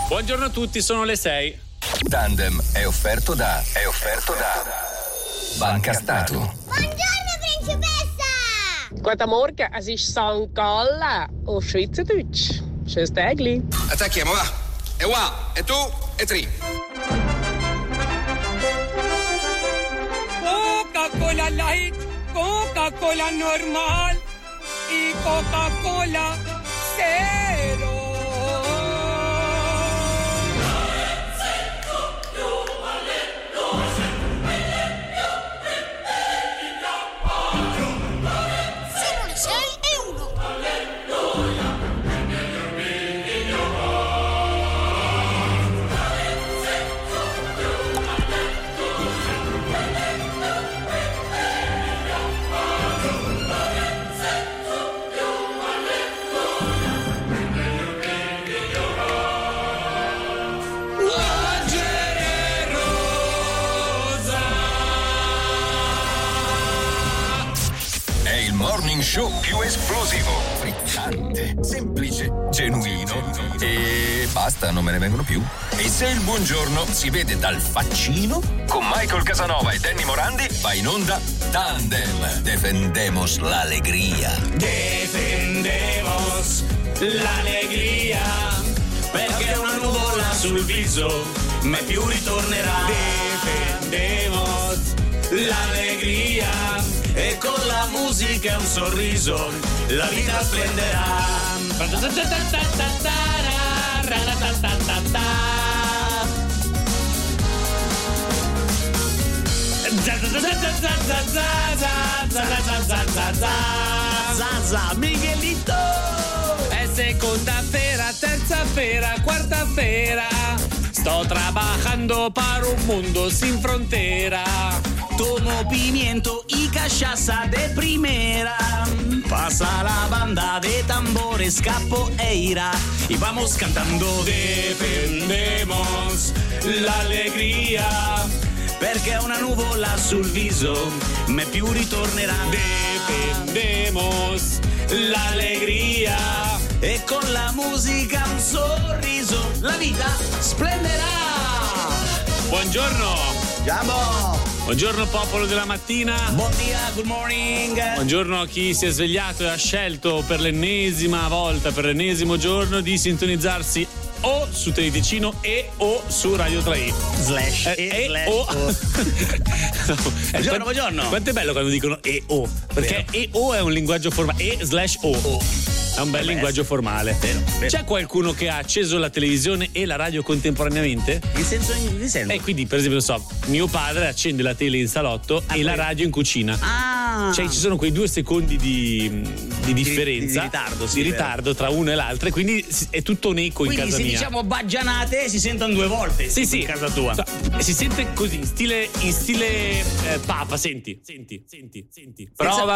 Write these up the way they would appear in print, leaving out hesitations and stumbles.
Buongiorno a tutti, sono le 6. Tandem è offerto da Banca Stato. Buongiorno principessa! Guten Morgen, es ist St. Gallen auf Schweizerdeutsch. Schönes Tägli. Attacchiamo, va. E wow, e tu, e tri. Coca-Cola Light, Coca-Cola normal y Coca-Cola Zero. Morning show più esplosivo, frizzante, semplice, genuino e basta, non me ne vengono più. E se il buongiorno si vede dal faccino, con Michael Casanova e Danny Morandi va in onda Tandem. Defendemos la alegría. Defendemos l'allegria, perché una nuvola sul viso mai più ritornerà. Defendemos l'allegria, e con la musica e un sorriso la vita splenderà. Zaza, Miguelito. È seconda-feira, terza-feira, quarta-feira. Sto trabajando para un mundo sin frontera. Tomo pimiento y cachaza de primera. Pasa la banda de tambores capoeira y vamos cantando. Defendemos l'allegria, perché una nuvola sul viso mai più ritornerà. Defendemos l'allegria, e con la musica un sorriso la vita splenderà. Buongiorno. Ciao. Buongiorno popolo della mattina. Buon dia, good morning. Buongiorno a chi si è svegliato e ha scelto per l'ennesima volta, per l'ennesimo giorno, di sintonizzarsi o su Teleticino e o su Radio 3i. Buongiorno, buongiorno. Quanto è bello quando dicono e o, perché e o è un linguaggio formale, e/o. È un bel linguaggio formale. Vero. C'è qualcuno che ha acceso la televisione e la radio contemporaneamente? In senso? E quindi, per esempio, mio padre accende la tele in salotto e la radio in cucina. Cioè ci sono quei 2 secondi di differenza, di ritardo tra una e l'altra, e quindi è tutto un eco in casa mia. Quindi se diciamo baggianate si sentono 2 volte. Sì, in casa tua. Si sente così, in stile papa, senti. Prova.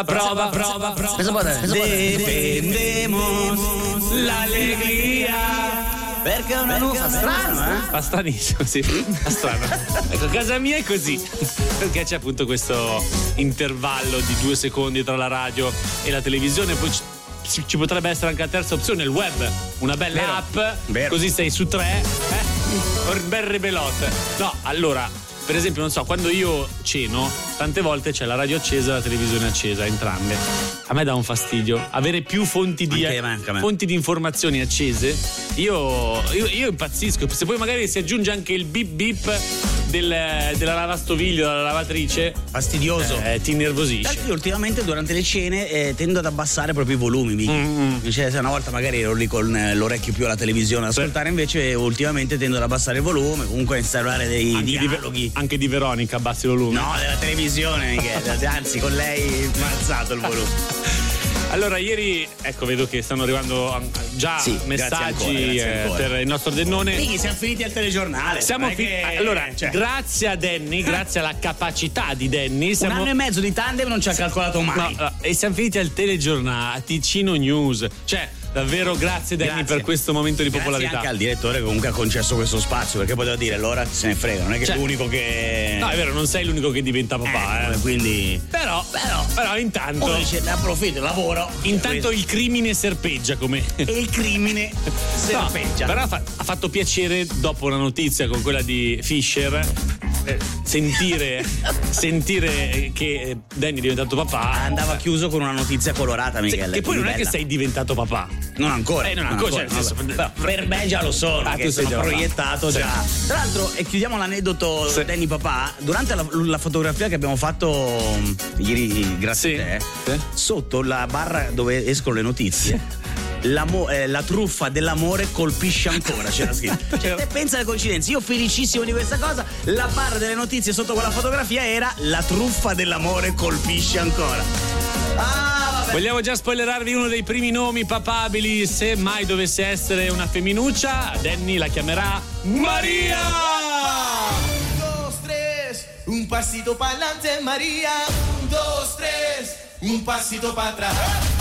Defendemos l'allegria, perché una nuvola strano, Fa stranissimo, sì. Fa strano. Ecco, casa mia è così. Perché c'è appunto questo intervallo di 2 secondi tra la radio e la televisione, poi ci potrebbe essere anche la terza opzione, il web, una bella app. Così sei su 3, un bel rebelot. No, allora, per esempio, non so, quando io ceno, tante volte c'è la radio accesa e la televisione accesa, entrambe. A me dà un fastidio avere più fonti di informazioni accese. Io impazzisco. Se poi magari si aggiunge anche il bip bip della lavastoviglie, della lavatrice, fastidioso, ti innervosisce. Io ultimamente durante le cene tendo ad abbassare proprio i volumi. Cioè, se una volta magari ero lì con l'orecchio più alla televisione ad ascoltare, invece ultimamente tendo ad abbassare il volume, comunque a instaurare dei dialoghi. Anche di Veronica abbassi il volume? No, della televisione, Michele. Anzi, con lei mi ha alzato il volume. Allora, ieri, ecco, vedo che stanno arrivando già messaggi per il nostro Dennone. Quindi siamo finiti al telegiornale. Allora, grazie a Danny, grazie alla capacità di Danny. Un anno e mezzo di tandem non ci ha calcolato mai. No, e siamo finiti al telegiornale, a Ticino News. Cioè, Davvero grazie Danny per questo momento di popolarità. Grazie anche al direttore che comunque ha concesso questo spazio, perché poteva dire allora se ne frega, non è che è l'unico che... No, è vero, non sei l'unico che diventa papà, quindi... Però intanto... Uno dice, ne approfitto, lavoro. Intanto il crimine serpeggia come... E il crimine serpeggia. No, però ha fatto piacere, dopo una notizia con quella di Fisher, sentire che Danny è diventato papà. Andava chiuso con una notizia colorata, Michele. Che poi non è che sei diventato papà. Non ancora. Non ancora. Per me già lo sono, che sono proiettato già. Tra l'altro, e chiudiamo l'aneddoto Danny papà, durante la fotografia che abbiamo fatto ieri, grazie a te, sotto la barra dove escono le notizie, la truffa dell'amore colpisce ancora, c'era scritto. Cioè, te pensa alle coincidenze, io felicissimo di questa cosa, la barra delle notizie sotto quella fotografia era la truffa dell'amore colpisce ancora. Vabbè. Vogliamo già spoilerarvi uno dei primi nomi papabili, se mai dovesse essere una femminuccia, Danny la chiamerà Maria! 1, 2, 3, un pasito pa'lante Maria, 1, 2, 3, un pasito para atrás.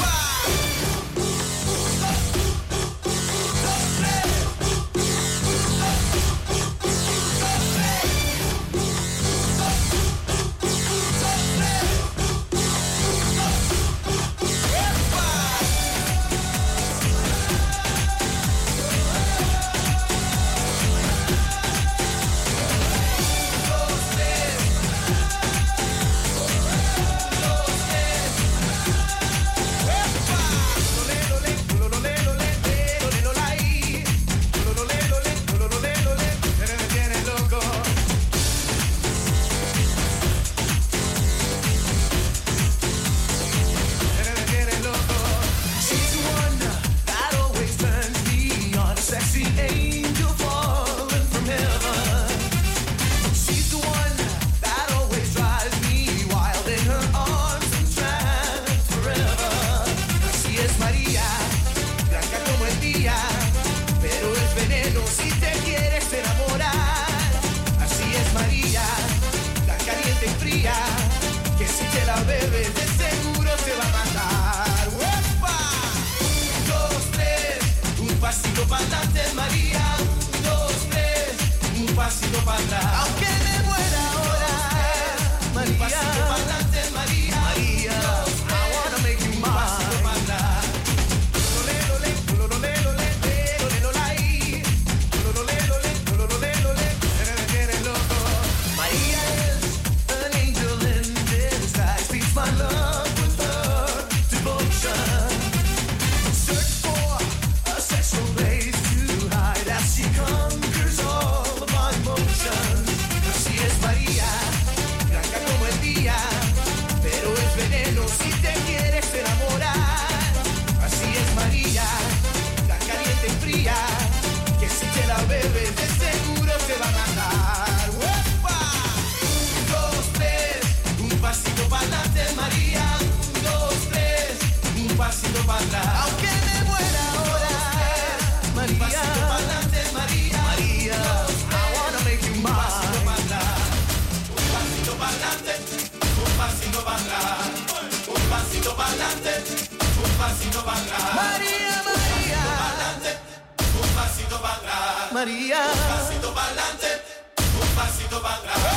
María, un pasito pa'lante, un pasito para atrás.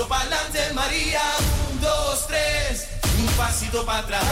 pasito pa'lante Maria, 1, 2, 3, un pasito para atrás.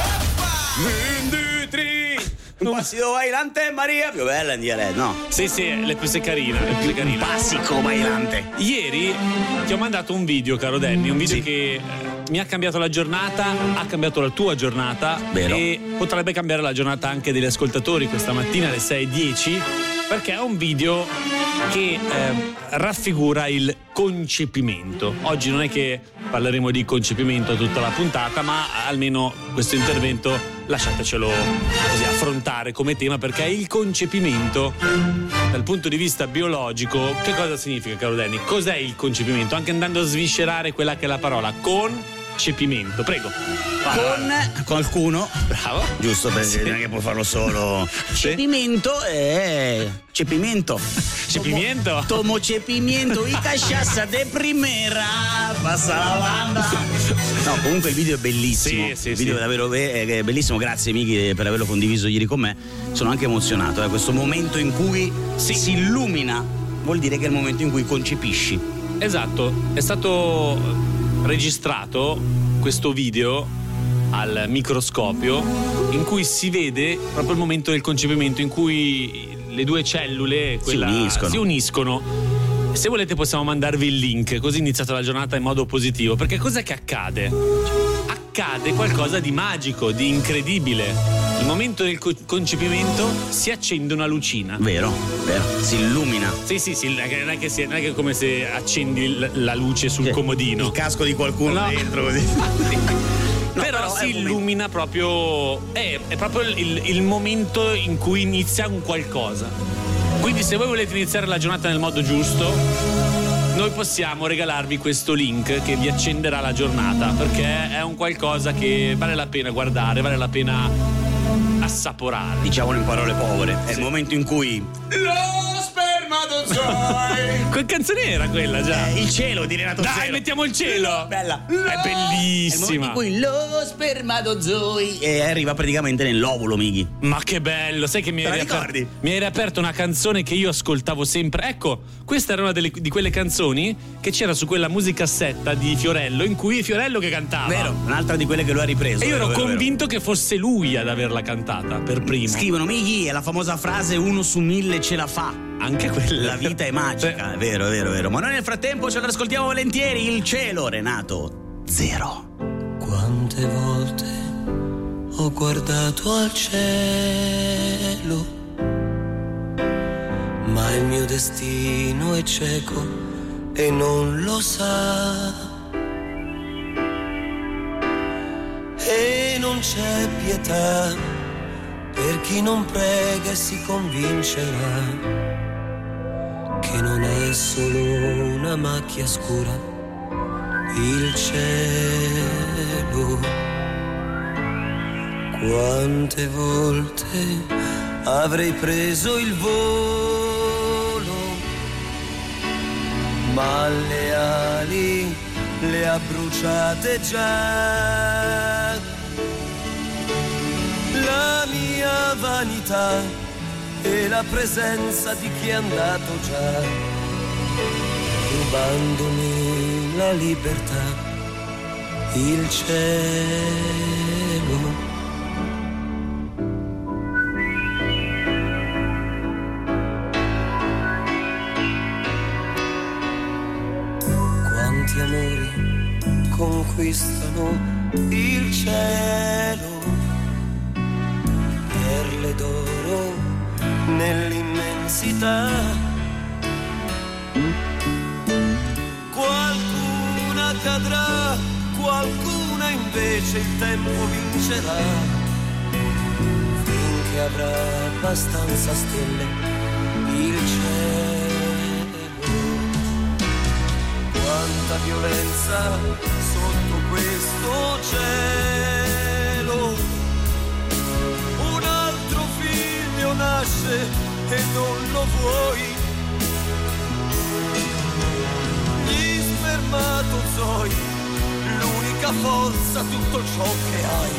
1, 2, 3, un passito bailante Maria, più bella in dialetto, no? Sì, è più carina, è più carina. Passico bailante. Ieri ti ho mandato un video, caro Danny, un video che mi ha cambiato la giornata, ha cambiato la tua giornata. Vero. E potrebbe cambiare la giornata anche degli ascoltatori questa mattina alle 6:10, perché è un video che raffigura il concepimento. Oggi non è che parleremo di concepimento tutta la puntata, ma almeno questo intervento lasciatecelo così affrontare come tema, perché il concepimento dal punto di vista biologico, che cosa significa, caro Danny? Cos'è il concepimento? Anche andando a sviscerare quella che è la parola concepimento. Prego. Con qualcuno. Bravo. Giusto, perché non è che può farlo solo. Cepimento è cepimento. Cepimento? Tomo cepimento, i cachaça de primera, passa la banda. No, comunque il video è bellissimo. Sì, il video è davvero è bellissimo, grazie Miki per averlo condiviso ieri con me. Sono anche emozionato, questo momento in cui si illumina vuol dire che è il momento in cui concepisci. Esatto, è stato registrato questo video al microscopio in cui si vede proprio il momento del concepimento, in cui le due cellule si uniscono. Se volete possiamo mandarvi il link, così iniziate la giornata in modo positivo, perché cos'è che accade? Accade qualcosa di magico, di incredibile. Il momento del concepimento si accende una lucina. Vero, si illumina. Sì, non è che come se accendi la luce sul comodino. Il casco di qualcuno dentro così. No, però si illumina proprio. È proprio il momento in cui inizia un qualcosa. Quindi se voi volete iniziare la giornata nel modo giusto, noi possiamo regalarvi questo link che vi accenderà la giornata, perché è un qualcosa che vale la pena guardare, vale la pena assaporare. Diciamolo in parole povere, è il momento in cui lo spermatozoi. Che canzone era quella già? Il cielo di Renato Zero. Dai, mettiamo il cielo. Bella. È bellissima. È il momento in cui lo spermatozoi arriva praticamente nell'ovulo, Miki. Ma che bello, sai che mi hai riaperto una canzone che io ascoltavo sempre. Ecco, questa era una di quelle canzoni che c'era su quella musicassetta di Fiorello, in cui è Fiorello che cantava. Vero, un'altra di quelle che lui ha ripreso. E io ero convinto che fosse lui ad averla cantata per primo. Scrivono, Miki, è la famosa frase 1 su 1000 ce la fa. Anche quella. La vita è magica, è vero. Ma noi nel frattempo ce l'ascoltiamo volentieri. Il cielo, Renato Zero. Quante volte ho guardato al cielo, ma il mio destino è cieco e non lo sa. E non c'è pietà per chi non prega e si convincerà che non è solo una macchia scura il cielo. Quante volte avrei preso il volo, ma le ali le ha bruciate già. La mia vanità e la presenza di chi è andato già, rubandomi la libertà, il cielo. Quanti amori conquistano il cielo, perle d'oro nell'immensità. Qualcuna cadrà, qualcuna invece il tempo vincerà, finché avrà abbastanza stelle il cielo. Quanta violenza sotto questo cielo. Un altro figlio nasce e non lo vuoi. Gli spermatozoi, l'unica forza, tutto ciò che hai.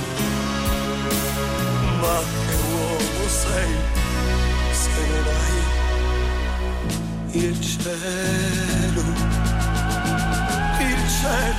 Ma che uomo sei se non hai il cielo, il cielo.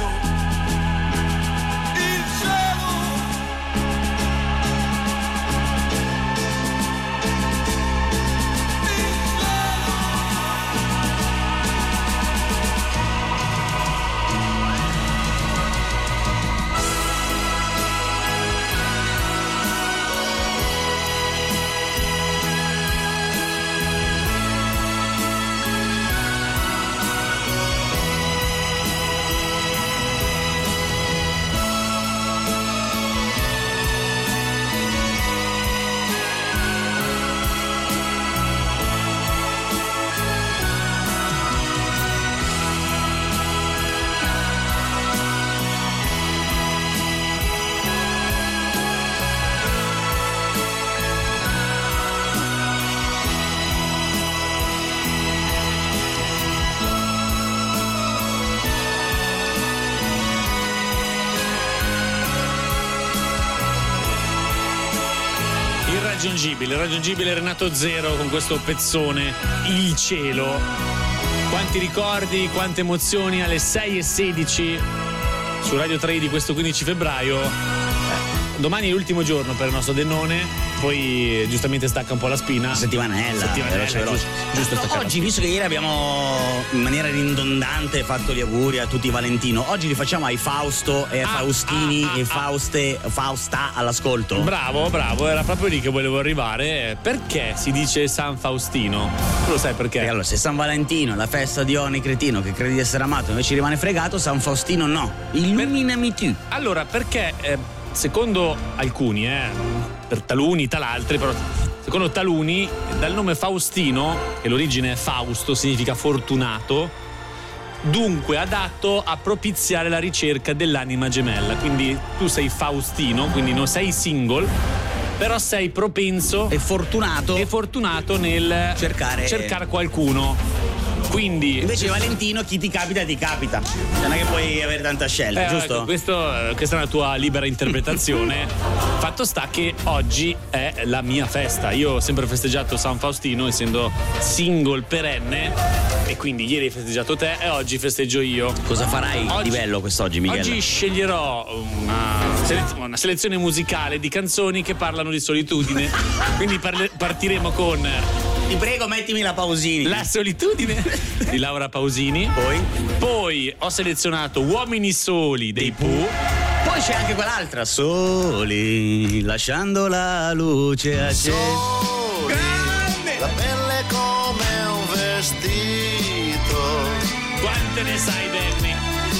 Irraggiungibile Renato Zero con questo pezzone Il cielo. Quanti ricordi, quante emozioni alle 6:16 su Radio 3 di questo 15 febbraio. Domani è l'ultimo giorno per il nostro Dennone, poi giustamente stacca un po' la spina. Settimanella, giusto staccare. Oggi, visto che ieri abbiamo in maniera ridondante fatto gli auguri a tutti i Valentino, oggi li facciamo ai Fausto e Faustini e Fausta all'ascolto. Bravo, era proprio lì che volevo arrivare. Perché si dice San Faustino? Tu lo sai perché? Perché allora, se San Valentino è la festa di ogni cretino che crede di essere amato invece rimane fregato, San Faustino no. Illuminami tu. Allora, perché secondo alcuni, per taluni, talaltri, però secondo taluni, dal nome Faustino, che l'origine è Fausto, significa fortunato, dunque adatto a propiziare la ricerca dell'anima gemella. Quindi tu sei Faustino, quindi non sei single, però sei propenso e fortunato nel cercare qualcuno. Quindi invece Valentino, chi ti capita ti capita, non è che puoi avere tanta scelta, giusto? Questa è una tua libera interpretazione. Fatto sta che oggi è la mia festa. Io ho sempre festeggiato San Faustino essendo single perenne, e quindi ieri hai festeggiato te e oggi festeggio io. Cosa farai di bello quest'oggi, Michele? Oggi sceglierò una selezione musicale di canzoni che parlano di solitudine. Quindi partiremo con Ti prego, mettimi la Pausini. La solitudine di Laura Pausini. Poi ho selezionato Uomini soli dei Pooh. Poi c'è anche quell'altra, Soli, lasciando la luce accesa. Grande! La pelle come un vestito. Quante ne sai, Danny?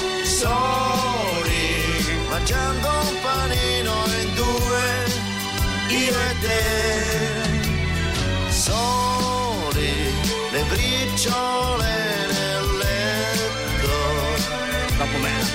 Soli, mangiando un panino in due, io e te. Soli, le briciole nel letto. Dopo me.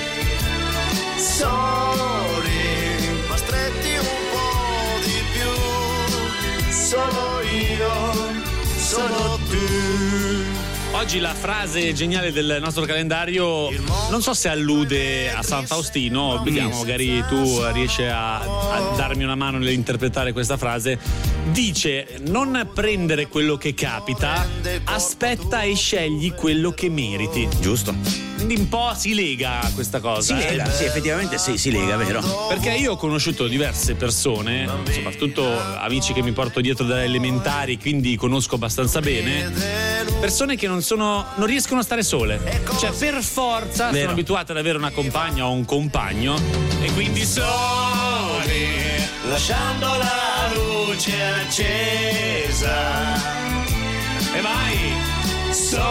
Soli, ma stretti un po' di più. Solo io, solo tu. Oggi la frase geniale del nostro calendario non so se allude a San Faustino, vediamo, magari tu riesci a darmi una mano nell'interpretare questa frase. Dice: non prendere quello che capita, aspetta e scegli quello che meriti. Giusto. Quindi un po' si lega a questa cosa. Si lega, sì, effettivamente sì, si lega, vero? Perché io ho conosciuto diverse persone, soprattutto amici che mi porto dietro dalle elementari, quindi conosco abbastanza bene, persone che non riescono a stare sole. Cioè, per forza sono abituate ad avere una compagna o un compagno, e quindi soli, lasciando la luce accesa. E vai!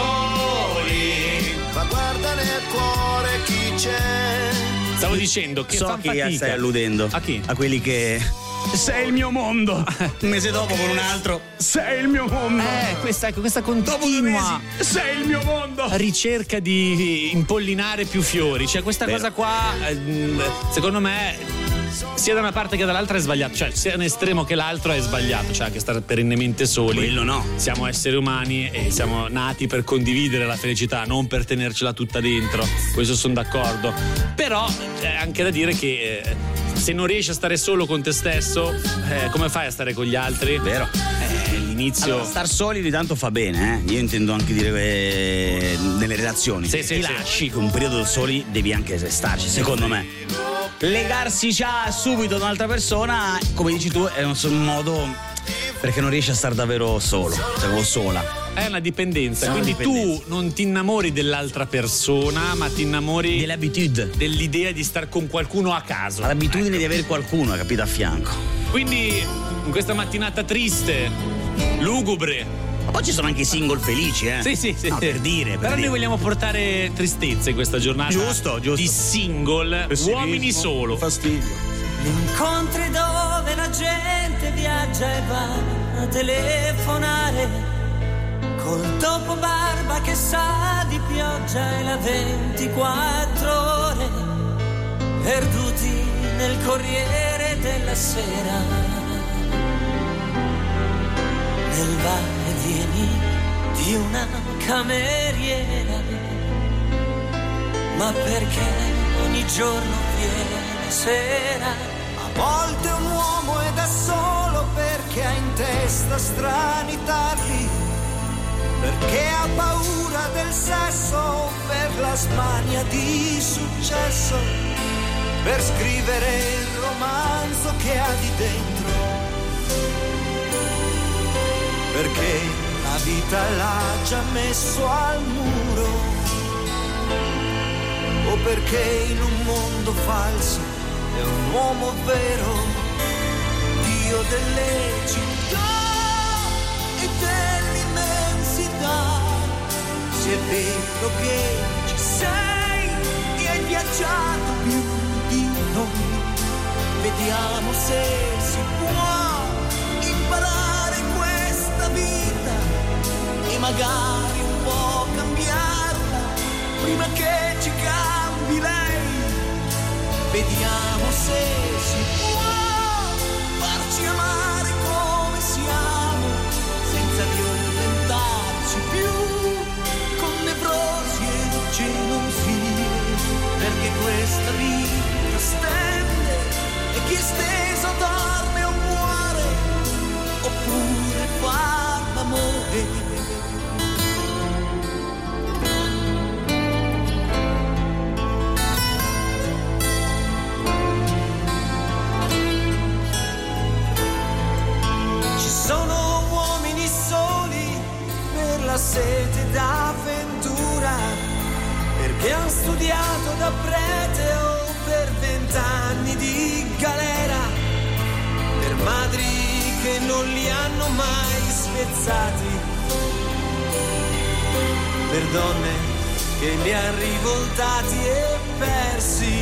Soli, ma guarda nel cuore chi c'è. Stavo dicendo che so fan che fatica. stai alludendo. A chi? A quelli che... Sei il mio mondo. Un mese dopo con un altro. Sei il mio mondo. Questa continua. Sei il mio mondo. Ricerca di impollinare più fiori. Cioè, questa cosa qua, secondo me, sia da una parte che dall'altra è sbagliato. Cioè, sia un estremo che l'altro è sbagliato. Cioè, anche stare perennemente soli. Quello no. Siamo esseri umani e siamo nati per condividere la felicità, non per tenercela tutta dentro. Questo sono d'accordo. Però c'è anche da dire che se non riesci a stare solo con te stesso, come fai a stare con gli altri? Vero. L'inizio. Allora, star soli di tanto fa bene, Io intendo anche dire nelle relazioni. Sì, ti lasci che un periodo soli devi anche starci, secondo me. Legarsi già subito ad un'altra persona, come dici tu, è un modo perché non riesci a stare davvero solo, o sola. È una dipendenza, quindi tu non ti innamori dell'altra persona, ma ti innamori dell'abitudine, dell'idea di star con qualcuno a caso. L'abitudine di avere qualcuno, capito, a fianco. Quindi in questa mattinata triste, lugubre. Ma poi ci sono anche i single felici, Sì. No, per dire. Però noi vogliamo portare tristezza in questa giornata. Giusto. Di single, uomini solo. Fastidio. Incontri dove la gente viaggia e va a telefonare, col dopo barba che sa di pioggia e la 24 ore, perduti nel Corriere della Sera, nel va e vieni di una cameriera. Ma perché ogni giorno viene sera? A volte un uomo è da solo perché questa stranità lì, perché ha paura del sesso, per la smania di successo, per scrivere il romanzo che ha di dentro, perché la vita l'ha già messo al muro, o perché in un mondo falso è un uomo vero, Dio delle città e dell'immensità. Se è vero che ci sei e hai viaggiato più di noi, vediamo se si può imparare questa vita e magari un po' cambiarla prima che ci cambi lei. Vediamo se si può farci amare come siamo, senza violentarci più con nevrosi e gelosie, perché questa vita stende e chi è steso dorme o muore, oppure fa l'amore. Sono uomini soli per la sete d'avventura, perché han studiato da prete o per 20 anni di galera, per madri che non li hanno mai spezzati, per donne che li han rivoltati e persi,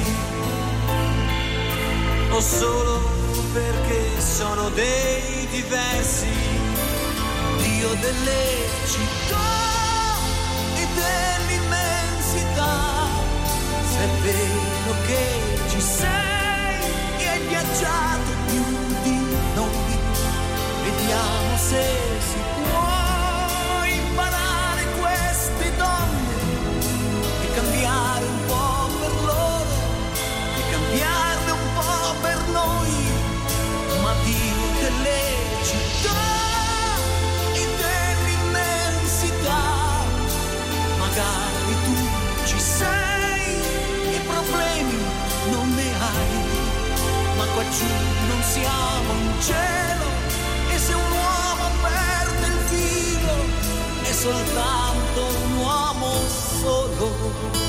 o solo perché sono dei diversi, Dio delle città e dell'immensità. Se è vero che ci sei e hai viaggiato più di noi, vediamo se si può imparare queste donne e cambiare un po' per loro e cambiarne un po' per noi. Ma Dio delle città e dell'immensità, magari tu ci sei e problemi non ne hai, ma qua giù non siamo in cielo e se un uomo perde il filo è soltanto un uomo solo.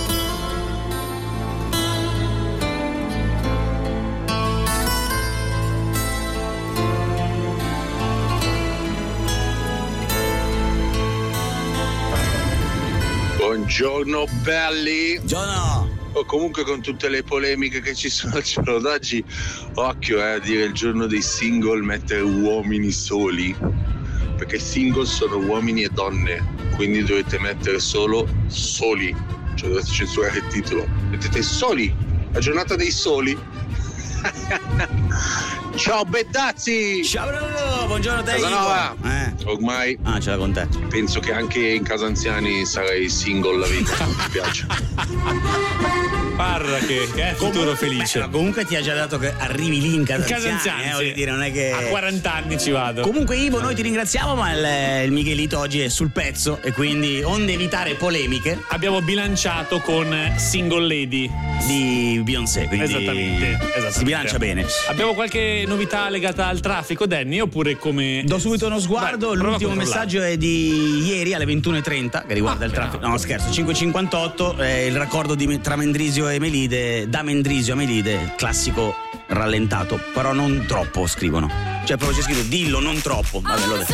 Buongiorno belli. Buongiorno. O comunque con tutte le polemiche che ci sono al giorno d'oggi, occhio a dire il giorno dei single mettere uomini soli, perché single sono uomini e donne, quindi dovete mettere solo soli, cioè dovete censurare il titolo, mettete soli, la giornata dei soli. Ciao Bettazzi. Ciao Bruno, buongiorno te. Casanova. Ormai ce l'ha con te. Penso che anche in Casa Anziani sarei single la vita. Mi piace. Parla che è futuro felice. Beh, comunque ti ha già dato che arrivi lì in Casa Anziani, sì. Voglio dire, non è che a 40 anni ci vado. Comunque Ivo, noi ti ringraziamo, ma il Miguelito oggi è sul pezzo e quindi onde evitare polemiche abbiamo bilanciato con Single Lady di Beyoncé, quindi esattamente. Si bilancia bene. Abbiamo qualche novità legata al traffico, Danny, oppure come do subito uno sguardo. Vai, l'ultimo messaggio è di ieri alle 21:30 che riguarda il traffico. No, scherzo, 5:58 il raccordo tra Mendrisio e Melide, da Mendrisio a Melide, classico rallentato, però non troppo, scrivono. Cioè proprio c'è scritto dillo non troppo. Vabbè, lo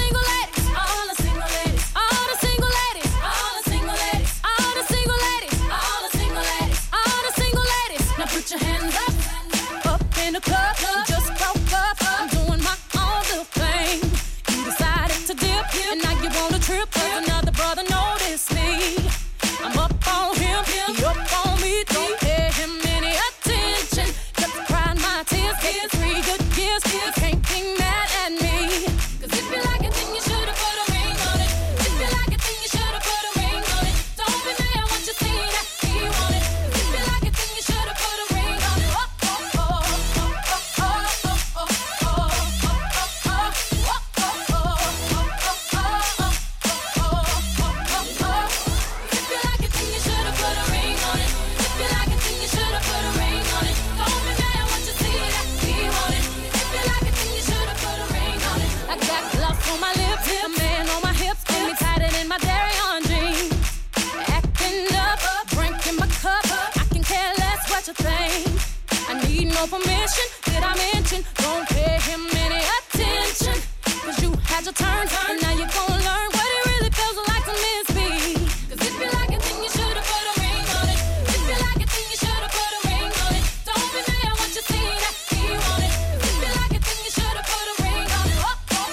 got your turn, and now you're gonna learn what it really feels like to miss me. 'Cause if you like it, then you should've put a ring on it. If you like it, then you should've put a ring on it. Don't be mad what you see that he want it. 'Cause if you like it, then you should've put a ring on it.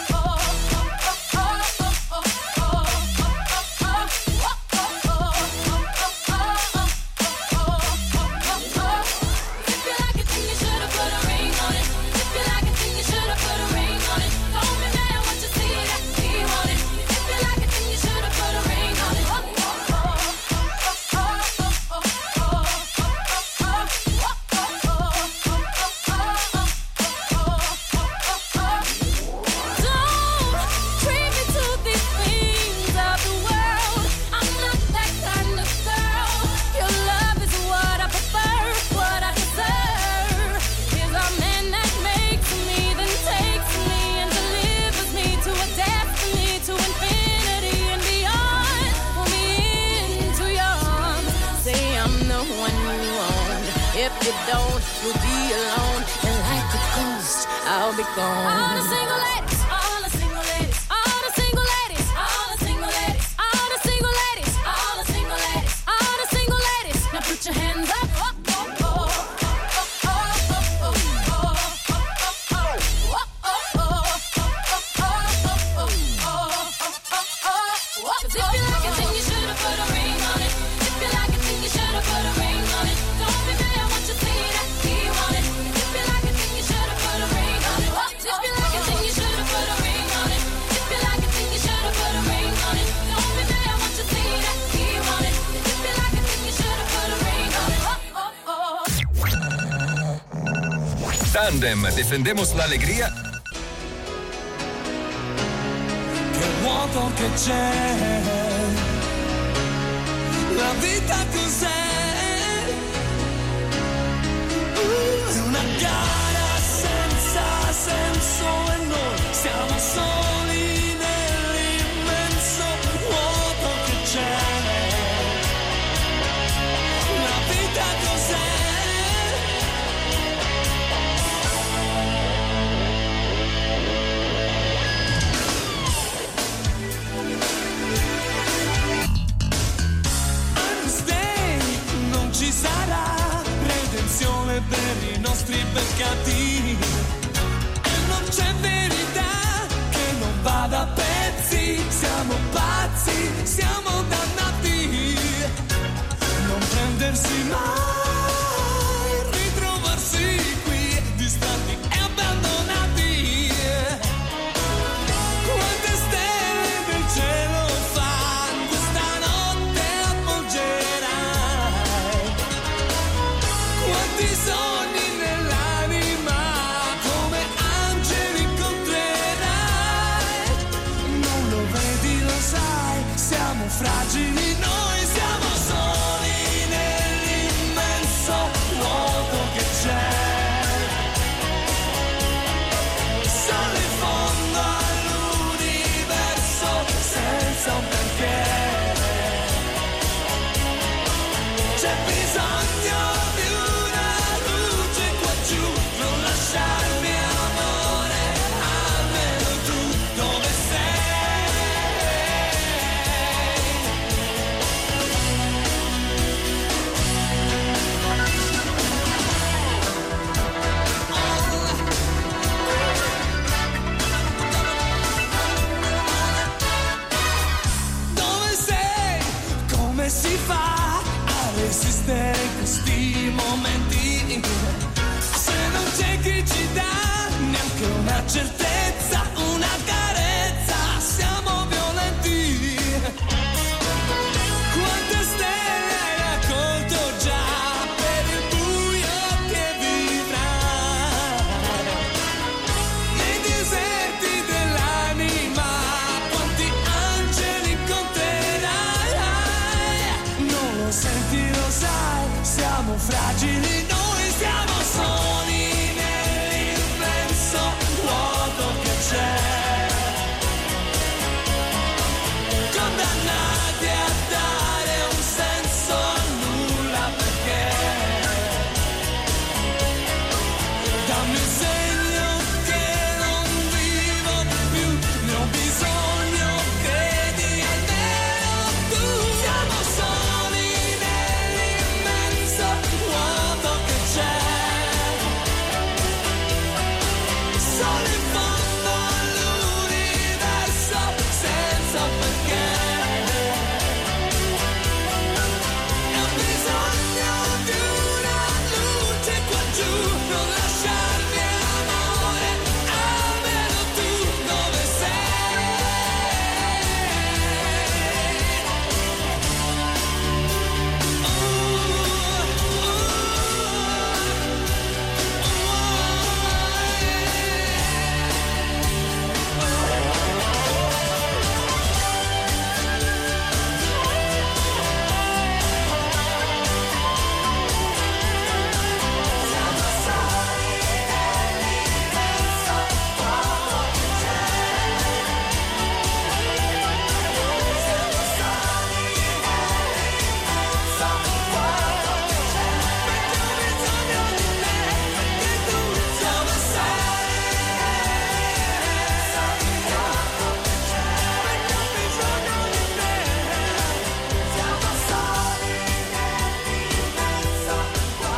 If you don't, you'll be alone, and like a ghost, I'll be gone. All the single ladies, all the single ladies, all the single ladies, all the single ladies, all the single ladies, all the single ladies, all the single ladies. Now put your hands up. Tandem, defendemos la alegría. Che vuoto che c'è, la vita cos'è? È una gara senza senso e noi siamo soli nell'immenso vuoto che c'è. La vita cos'è? Ci sarà redenzione per i nostri peccati e non c'è verità che non vada a pezzi. Siamo pazzi, siamo dannati. Non prendersi mai, ritrovarsi qui distratti e abbandonati. Quante stelle nel cielo fanno questa notte avvolgerà. Quanti sogni nell'anima, come angeli incontrerai. Non lo vedi, lo sai, siamo fragili, noi siamo soli nell'immenso vuoto che c'è. Solo in fondo all'universo, senza un perché. C'è bisogno di una luce qua giù, non lasciarmi amore, almeno tu dove sei.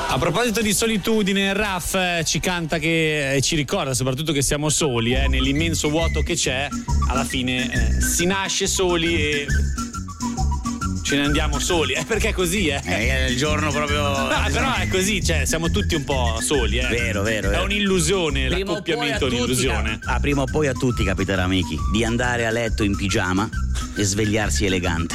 A proposito di solitudine, Raff ci canta che ci ricorda soprattutto che siamo soli, nell'immenso vuoto che c'è, alla fine si nasce soli e ce ne andiamo soli, perché è così, È il giorno proprio. No, però è così, cioè siamo tutti un po' soli, Vero. È un'illusione, Prima l'accoppiamento è un'illusione. Prima o poi a tutti capiterà, Miki, di andare a letto in pigiama e svegliarsi elegante.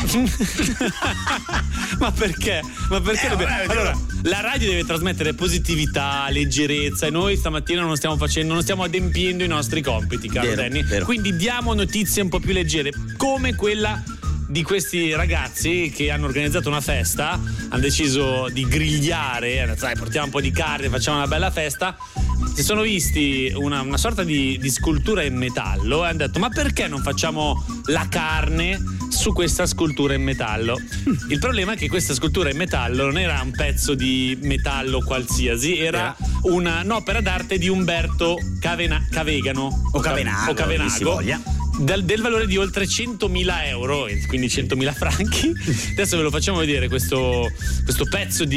Ma perché? Allora, la radio deve trasmettere positività, leggerezza, e noi stamattina non stiamo adempiendo i nostri compiti, caro Danny. Quindi diamo notizie un po' più leggere, come quella di questi ragazzi che hanno organizzato una festa, hanno deciso di grigliare, portiamo un po' di carne, facciamo una bella festa. Si sono visti una sorta di scultura in metallo e hanno detto: ma perché non facciamo la carne su questa scultura in metallo? Il problema è che questa scultura in metallo non era un pezzo di metallo qualsiasi, era un'opera d'arte di Umberto Cavegano o Cavenago, del valore di oltre 100.000 euro, quindi 100.000 franchi. Adesso ve lo facciamo vedere questo pezzo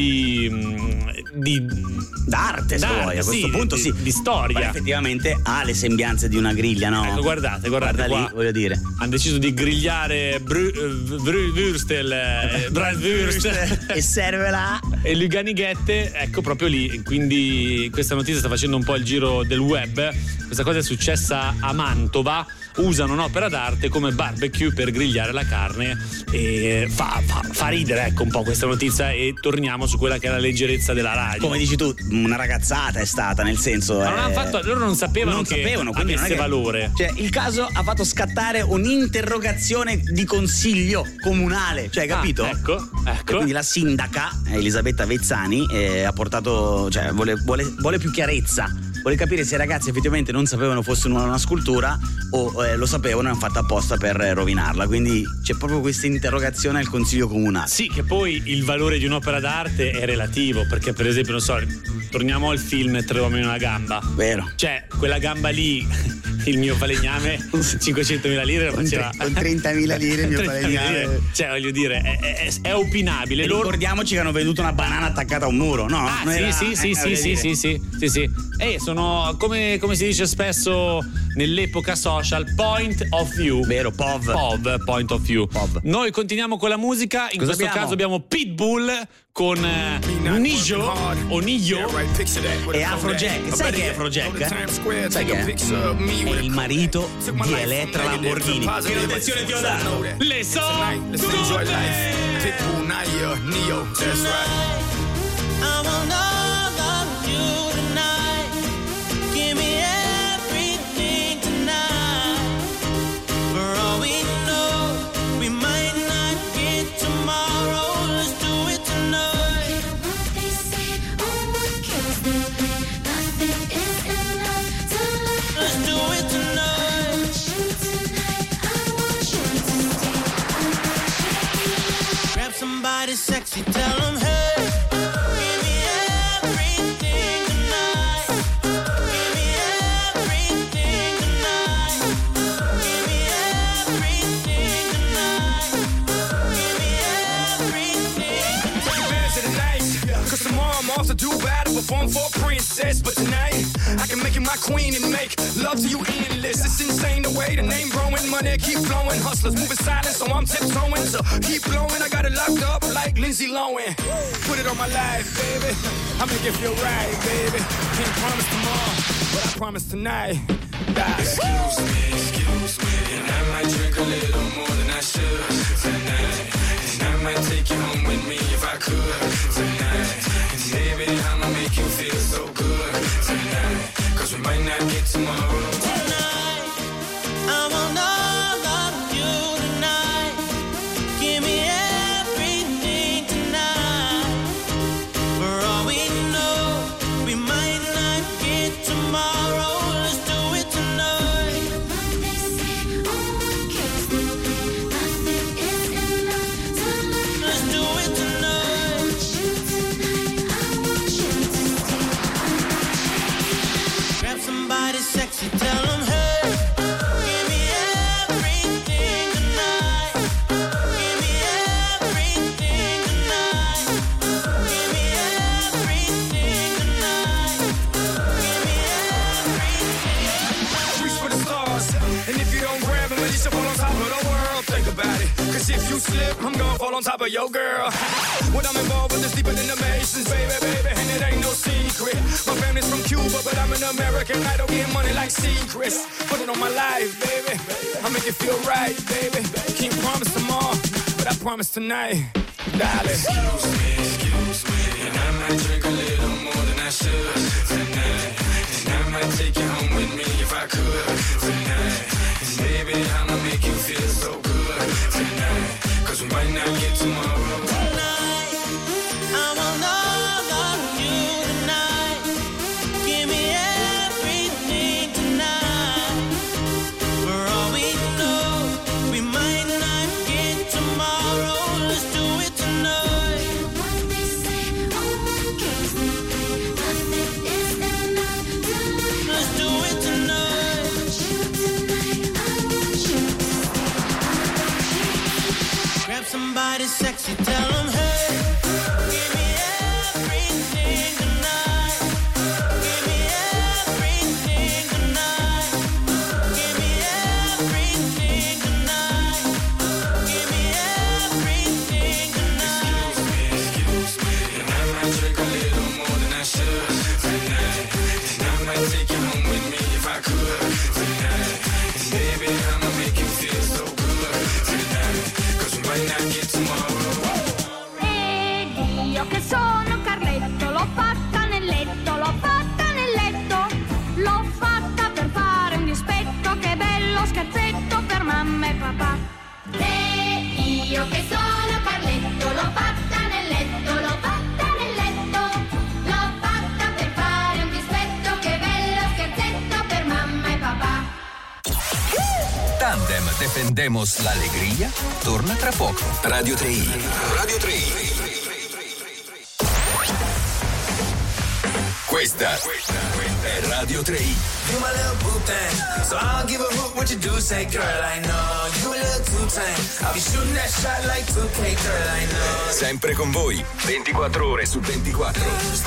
d'arte, se vuoi, a questo punto di storia. Ma effettivamente ha le sembianze di una griglia, no? Ecco, guardate Guarda qua. Lì, voglio dire. Hanno deciso di grigliare Bratwurst e servela e Luganighette, ecco, proprio lì. Quindi questa notizia sta facendo un po' il giro del web. Questa cosa è successa a Mantova. Usano un'opera d'arte come barbecue per grigliare la carne e fa ridere, ecco, un po' questa notizia, e torniamo su quella che è la leggerezza della radio. Come dici tu, una ragazzata è stata, nel senso. Ma loro non sapevano che avesse valore. Cioè, il caso ha fatto scattare un'interrogazione di consiglio comunale, cioè, capito? Ecco. E quindi la sindaca Elisabetta Vezzani ha portato, cioè, vuole più chiarezza. Vuole capire se i ragazzi effettivamente non sapevano fosse una scultura o lo sapevano e hanno fatto apposta per rovinarla. Quindi c'è proprio questa interrogazione al consiglio comunale. Sì, che poi il valore di un'opera d'arte è relativo, perché per esempio, non so, torniamo al film Tre uomini e una gamba. Vero. Cioè, quella gamba lì, il mio falegname 500.000 lire faceva con 30.000 lire il mio falegname. Cioè, voglio dire, è opinabile. Ricordiamoci che hanno venduto una banana attaccata a un muro, no? Sì. Sono, come si dice spesso nell'epoca social, point of view. Vero, POV, point of view. POV. Noi continuiamo con la musica. In questo caso abbiamo Pitbull con Nijo e Afrojack. Sai che è Afrojack? Sai che è? È il marito di Elettra Lamborghini. Che notazione ti ho dato? Le so Pitbull, Naya, Neo, that's right. I want all of you tonight. Give me everything tonight. For all we know, we might not get tomorrow. Let's do it tonight. They say, oh, what kills them? Nothing is enough to love. Let's do it tonight. I want you tonight. Grab somebody sexy, tell them, hey. To do battle, perform for a princess, but tonight I can make you my queen and make love to you endless. It's insane the way the name growing, money keep flowing, hustlers moving silent, so I'm tiptoeing. So keep blowing, I got it locked up like Lindsay Lohan. Put it on my life, baby. I make it feel right, baby. Can't promise tomorrow, but I promise tonight. Excuse me, and I might drink a little more than I should tonight. And I might take you home with me if I could tonight. Baby, I'ma make you feel so good tonight. Cause we might not get tomorrow. Tonight, I want all of you tonight. Give me everything tonight. For all we know, we might not get tomorrow. Let's do it tonight. They say, oh, what kills them? Nothing is enough to love. Let's do it tonight. should fall on top of the world. Think about it. Cause if you slip, I'm gonna fall on top of your girl. What I'm involved with is deeper than the Masons, baby, baby, and it ain't no secret. My family's from Cuba, but I'm an American. I don't get money like secrets. Put it on my life, baby. I make it feel right, baby. Can't promise tomorrow, but I promise tonight, darling. Excuse me, and I might drink a little more than I should tonight. And I might take you home with me if I could tonight. And baby, I'ma make you feel so good tonight. Cause we might not get tomorrow. Tonight, I want all of you tonight. Give me everything tonight. For all we know, we might not get tomorrow. Let's do it tonight. Let's do it tonight. Grab somebody sexy, tell them hey. Give me everything tonight. Give me everything tonight. Give me everything tonight. Give me everything tonight. Excuse me, and I might drink a little more than I should tonight. And I might take you home with me if I could tonight. And baby, I'ma make you feel so good tonight. Cause we might not get tomorrow. Ed io che sono Carletto, l'ho fatta nel letto, l'ho fatta nel letto, l'ho fatta per fare un dispetto, che bello scherzetto per mamma e papà. E io che sono Carletto, l'ho fatta nel letto, l'ho fatta nel letto, l'ho fatta per fare un dispetto, che bello scherzetto per mamma e papà. Tandem Defendemos la Alegría torna tra poco. Radio 3i. Radio 3i. Questa è Radio 3i. You my little boo thing, so I don't give a hoot what you do. Say, girl, I know you a little too tame. I'll be shooting that shot like 2K, girl, I know. Sempre con voi, 24 ore su 24.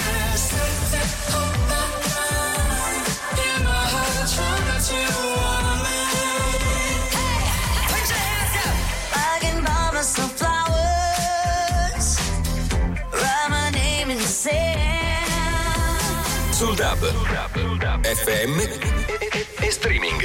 I can buy myself flowers, write my name in the sand. Sul DAB, FM e streaming.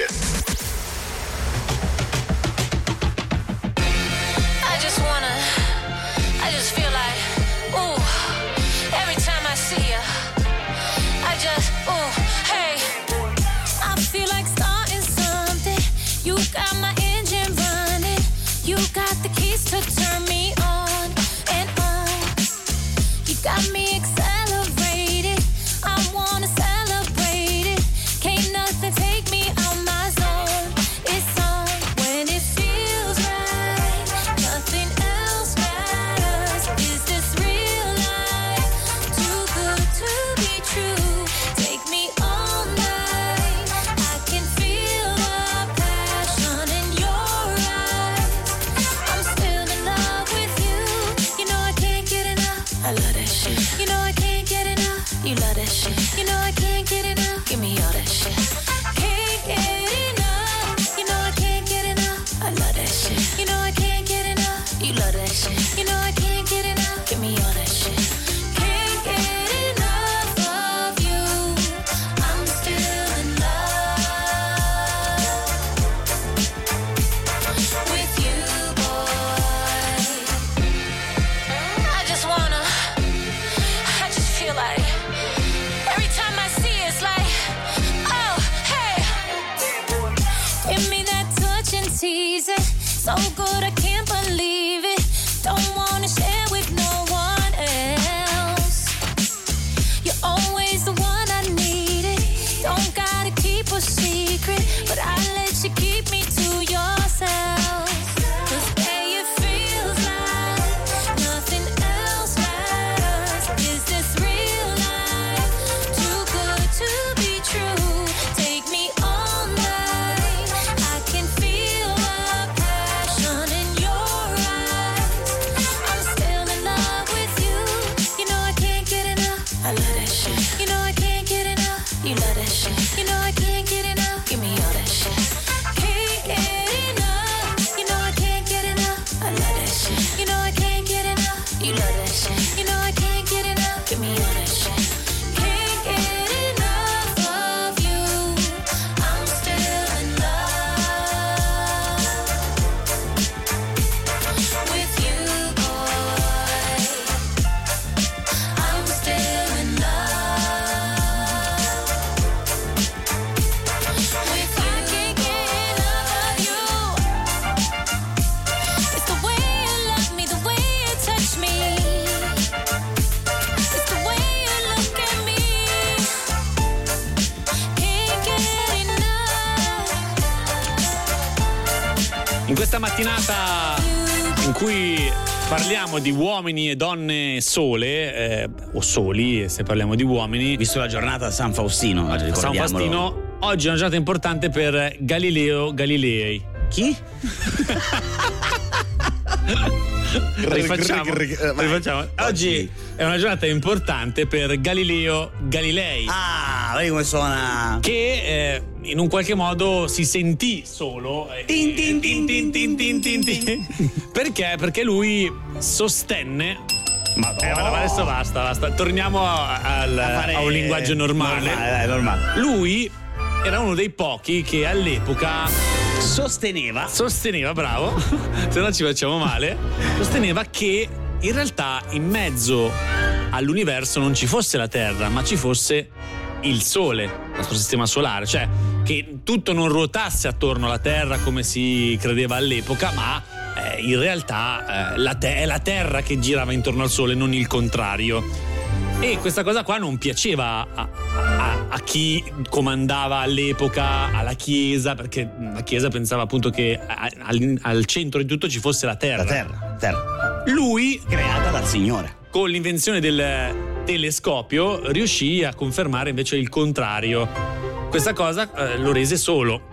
I just feel like, ooh, every time I see you, I just, ooh, hey, I feel like starting something. You got my engine running. You got the keys to turn me on and on. You got me accelerated. I wanna celebrate it. Can't nothing take me out my zone. It's on when it feels right. Nothing else matters. Is this real life? Too good to be true. Take me all night. I can feel the passion in your eyes. I'm still in love with you. You know I can't get enough. I love that shit. You know I can't get enough. You love that shit. You know I can't get enough. Give me all that shit. Can't get enough. You know I can't get enough. I love that shit. You know I can't get enough. You love that shit. You know I can't get enough. Give me all that shit. Can't get enough of you. I'm still in love with you, boy. I just feel like every time I see it, it's like, oh, hey. Give me that touch and tease it. So good I can't believe it. Don't wanna share with no one else. You're always the one I needed. Don't gotta keep a secret, but I let you keep me to yourself. 'Cause babe, it feels like nothing else matters. Is this real life? Too good to be true. Take me all night. I can feel the passion in your eyes. In questa mattinata in cui parliamo di uomini e donne sole, o soli, se parliamo di uomini. Visto la giornata San Faustino, San Faustino, oggi è una giornata importante per Galileo Galilei. Chi? Rifacciamo. Oggi è una giornata importante per Galileo Galilei. Ah, vedi come suona? Che in un qualche modo si sentì solo. Perché? Perché lui sostenne. Ma adesso basta. Torniamo a un linguaggio normale. Normale. Lui era uno dei pochi che all'epoca sosteneva, bravo, se no ci facciamo male, sosteneva che in realtà in mezzo all'universo non ci fosse la Terra, ma ci fosse il Sole, il nostro sistema solare, cioè che tutto non ruotasse attorno alla Terra come si credeva all'epoca, ma in realtà è la Terra che girava intorno al Sole, non il contrario. E questa cosa qua non piaceva a chi comandava all'epoca, alla Chiesa, perché la Chiesa pensava appunto che al centro di tutto ci fosse la Terra. La Terra. Lui, creata dal Signore, con l'invenzione del telescopio, riuscì a confermare invece il contrario. Questa cosa lo rese solo.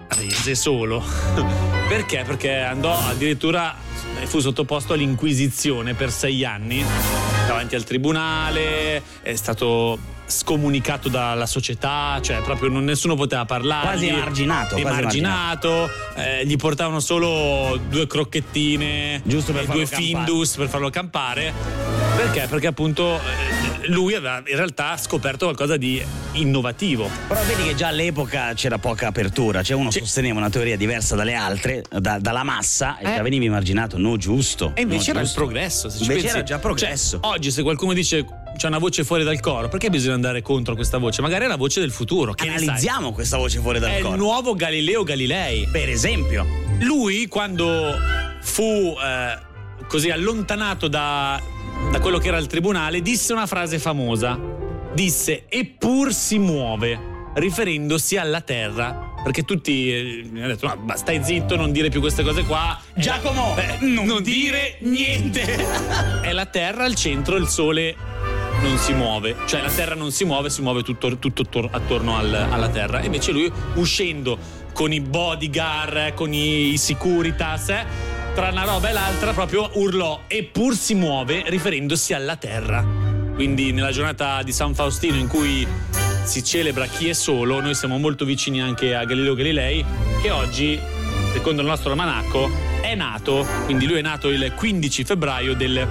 Perché? Perché andò addirittura, fu sottoposto all'Inquisizione per 6 anni davanti al tribunale, è stato scomunicato dalla società, cioè proprio nessuno poteva parlare, quasi emarginato. Gli portavano solo 2 crocchettine, giusto per 2 Findus per farlo campare. Perché appunto lui aveva in realtà scoperto qualcosa di innovativo. Però vedi che già all'epoca c'era poca apertura, cioè uno sosteneva una teoria diversa dalle altre, dalla massa, e già veniva emarginato, giusto. E invece era il progresso. Era già progresso. Cioè, oggi se qualcuno dice c'è una voce fuori dal coro, perché bisogna andare contro questa voce? Magari è la voce del futuro. Che analizziamo questa voce fuori dal coro. È il nuovo Galileo Galilei, per esempio. Lui, quando fu così allontanato da quello che era il tribunale, disse una frase famosa. Disse: eppur si muove, riferendosi alla Terra. Perché tutti mi hanno detto: ma stai zitto, non dire più queste cose qua. Giacomo, non dire niente. È la Terra al centro, il Sole non si muove. Cioè la Terra non si muove tutto attorno alla Terra. E invece lui, uscendo con i bodyguard, con i Securitas, tra una roba e l'altra, proprio urlò: eppur si muove, riferendosi alla Terra. Quindi nella giornata di San Faustino, in cui si celebra chi è solo, noi siamo molto vicini anche a Galileo Galilei, che oggi, secondo il nostro almanacco, è nato. Quindi lui è nato il 15 febbraio del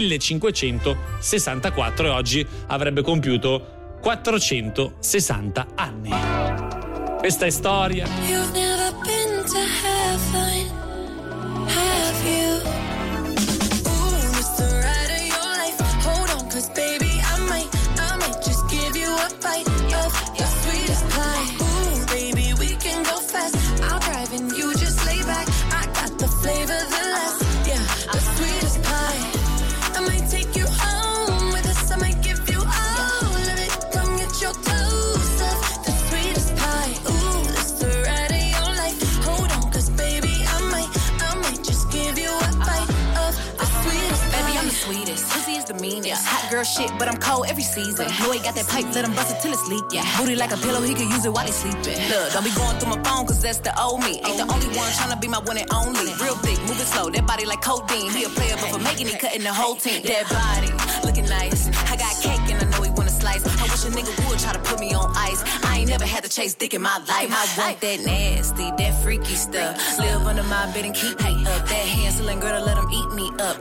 1564 e oggi avrebbe compiuto 460 anni. Questa è storia. You've never been to heaven, have you? Ooh, it's the ride of your life. Hold on, 'cause baby, I might just give you a bite of your sweetest pie. Ooh, baby, we can go fast. I'll drive and you just lay back. I got the flavor, the last, yeah, the sweetest pie. I might take you home with us. I might give you all of it. Come get your dose of the sweetest pie. Ooh, it's the ride of your life. Hold on, 'cause baby, I might just give you a bite of the sweetest pie. Baby, I'm the sweetest. Pussy is the meanest. Hot girl shit, but I'm cold every season. Know he got that pipe, let him bust it till it's leak. Yeah. Booty like a pillow, he could use it while he's sleeping. Look, don't be going through my phone, 'cause that's the old me. Ain't the only one tryna be my one and only. Real thick, moving slow, that body like codeine. He a player, but for making it, cutting the whole team. That body, looking nice. I got cake and I know he wanna slice. I wish a nigga would try to put me on ice. I ain't never had to chase dick in my life. I want that nasty, that freaky stuff. Live under my bed and keep me up. That hand-selling girl to let him eat me up.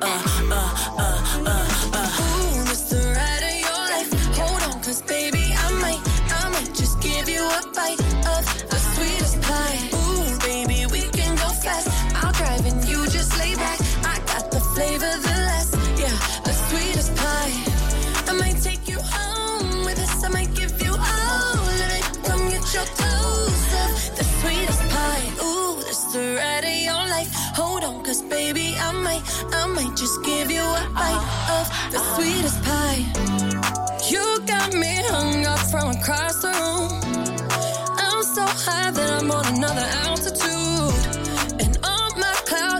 Ooh, it's the ride of your life. Hold on, 'cause baby, I might just give you a bite of the sweetest pie. Ooh, baby, we can go fast. I'll drive and you just lay back. I got the flavor, the last, yeah, the sweetest pie. I might take you home with us. I might give you all of it. Come get your dose of the sweetest pie. Ooh, it's the ride of your life. Hold on, 'cause baby, I might just give you a bite of the sweetest pie. You got me hung up from across the room. I'm so high that I'm on another altitude, and on my cloud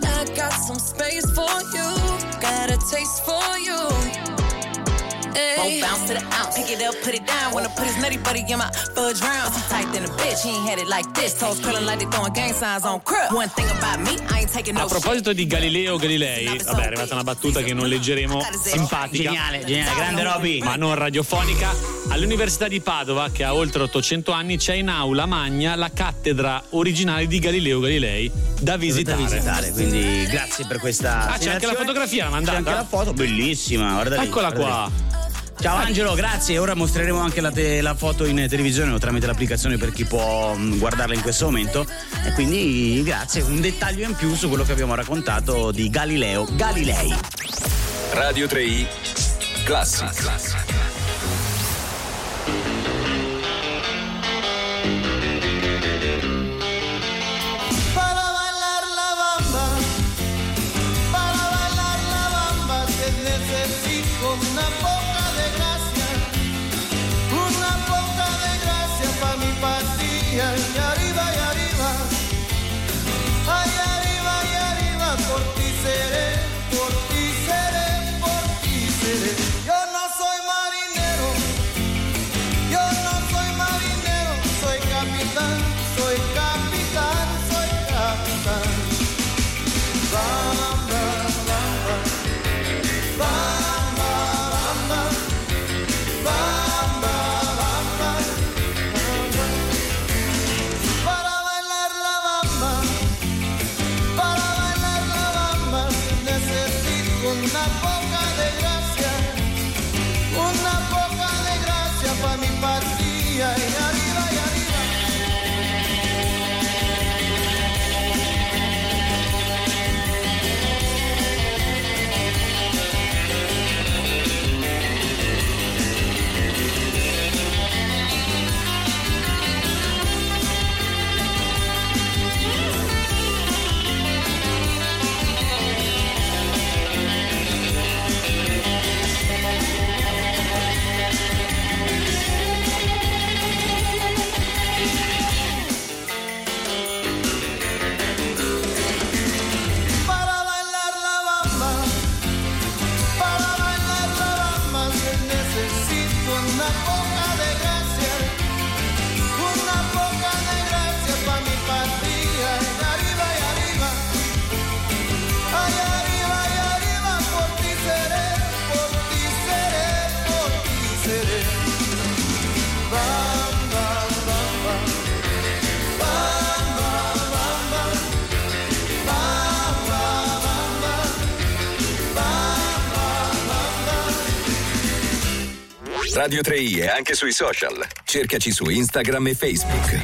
taste for you. Hey. Bounce to the ounce, pick it up, put it down. Wanna put his nutty buddy in my fudge round. He tight than a bitch, he ain't had it like this. Toes curling like they throwing gang signs on crib. One thing about me, I ain't taking no. A proposito di Galileo Galilei, vabbè, è arrivata una battuta che non leggeremo, simpatica. Geniale, grande Roby. Ma non radiofonica. All'Università di Padova, che ha oltre 800 anni, c'è in aula magna la cattedra originale di Galileo Galilei da visitare. Quindi grazie per questa. C'è anche la fotografia, l'ha mandata. C'è anche la foto, bellissima. Guarda lì, Eccola guarda qua. lì. Ciao Angelo, grazie. Ora mostreremo anche la foto in televisione o tramite l'applicazione per chi può guardarla in questo momento. E quindi grazie, un dettaglio in più su quello che abbiamo raccontato di Galileo Galilei. Radio 3i Classic. Y arriba, por ti seré, por ti seré, por ti seré. Yo no soy marinero, soy capitán, soy capitán, soy capitán. Bamba, bamba, bamba, bamba, bamba, bamba. Para bailar la bamba, necesito una poca de gracia para mi patria. Y arriba, y arriba. Radio 3i è anche sui social. Cercaci su Instagram e Facebook.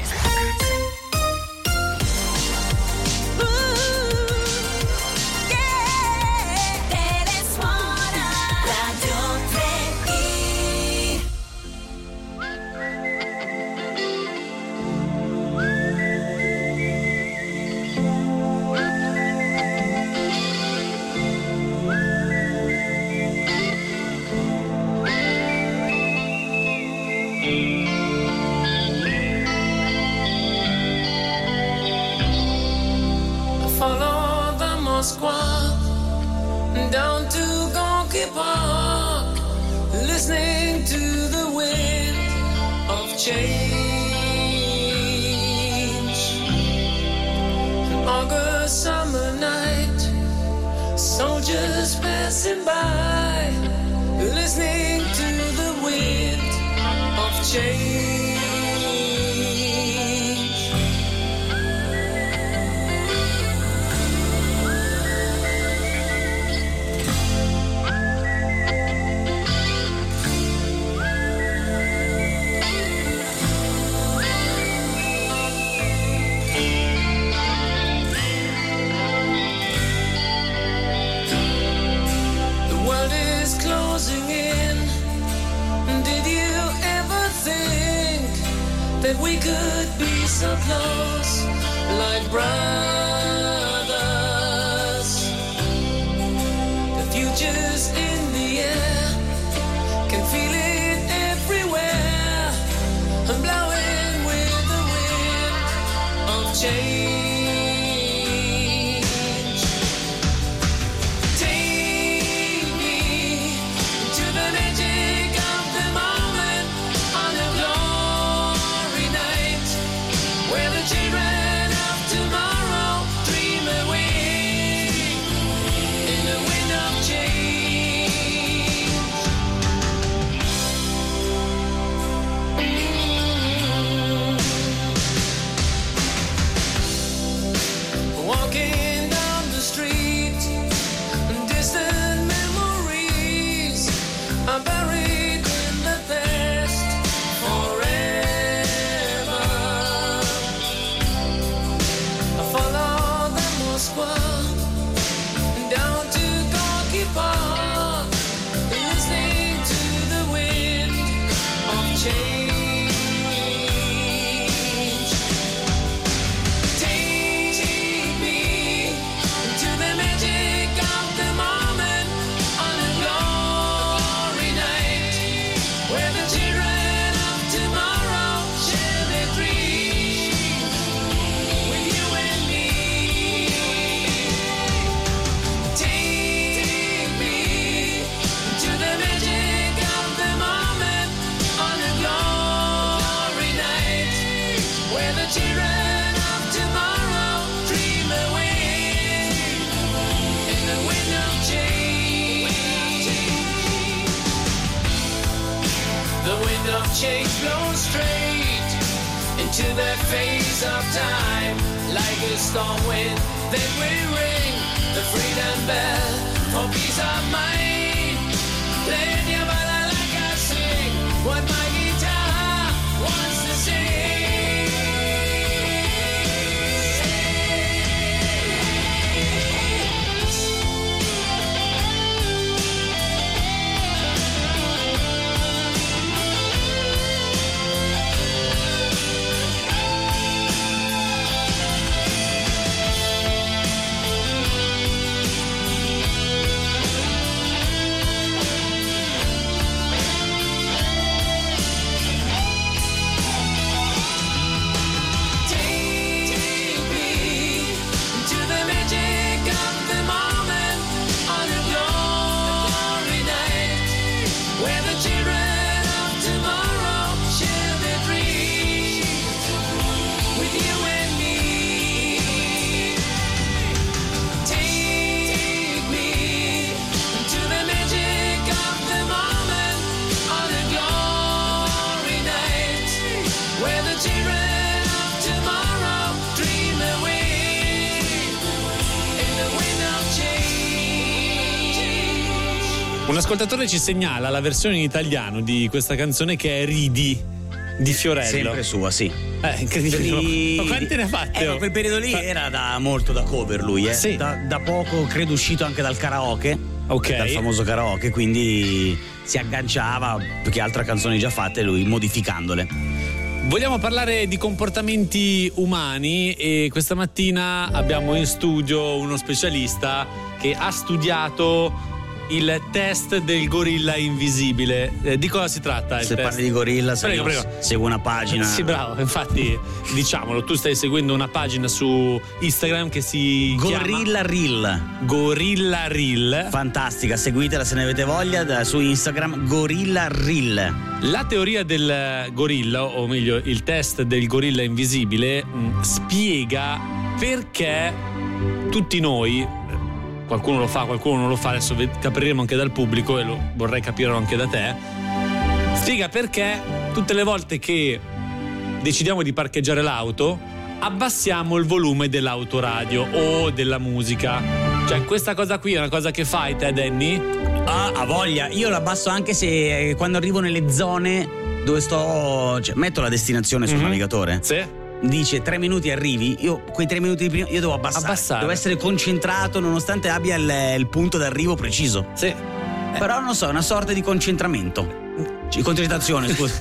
Follow the Moskva down to Gonky Park, listening to the wind of change. An August summer night, soldiers passing by, listening to the wind of change. That we could be so close, like brothers. The future's in the air, can feel it everywhere. I'm blowing with the wind of change. Take change blows straight into the face of time. Like a storm wind, then we ring the freedom bell for peace of mind. Playing your ballad like I sing what my guitar wants to sing. Un ascoltatore ci segnala la versione in italiano di questa canzone che è Ridi di Fiorello. Sempre sua, sì. Incredibile. Ma quante ne ha fatte? Quel periodo lì era molto da cover lui, eh. Sì. Da poco credo uscito anche dal karaoke. Ok. Dal famoso karaoke, quindi si agganciava più che altre canzoni già fatte lui modificandole. Vogliamo parlare di comportamenti umani e questa mattina abbiamo in studio uno specialista che ha studiato il test del gorilla invisibile. Di cosa si tratta? Se parli di gorilla, prego. seguo una pagina. Sì, bravo, infatti diciamolo, tu stai seguendo una pagina su Instagram che si Gorilla chiama Reel. Gorilla Reel. Fantastica, seguitela se ne avete voglia su Instagram, Gorilla Reel. La teoria del gorilla, o meglio il test del gorilla invisibile, spiega perché tutti noi, qualcuno lo fa, qualcuno non lo fa, adesso capiremo anche dal pubblico e lo vorrei capire anche da te. Spiega perché tutte le volte che decidiamo di parcheggiare l'auto abbassiamo il volume dell'autoradio o della musica. Cioè questa cosa qui è una cosa che fai te, Danny? Ah, ha voglia. Io l'abbasso anche se quando arrivo nelle zone dove metto la destinazione sul navigatore. Sì. Dice 3 minuti arrivi, io quei 3 minuti di prima io devo abbassare. Devo essere concentrato nonostante abbia il punto d'arrivo preciso. Sì. Però non so, è una sorta di concentramento. Concentrazione, scusa.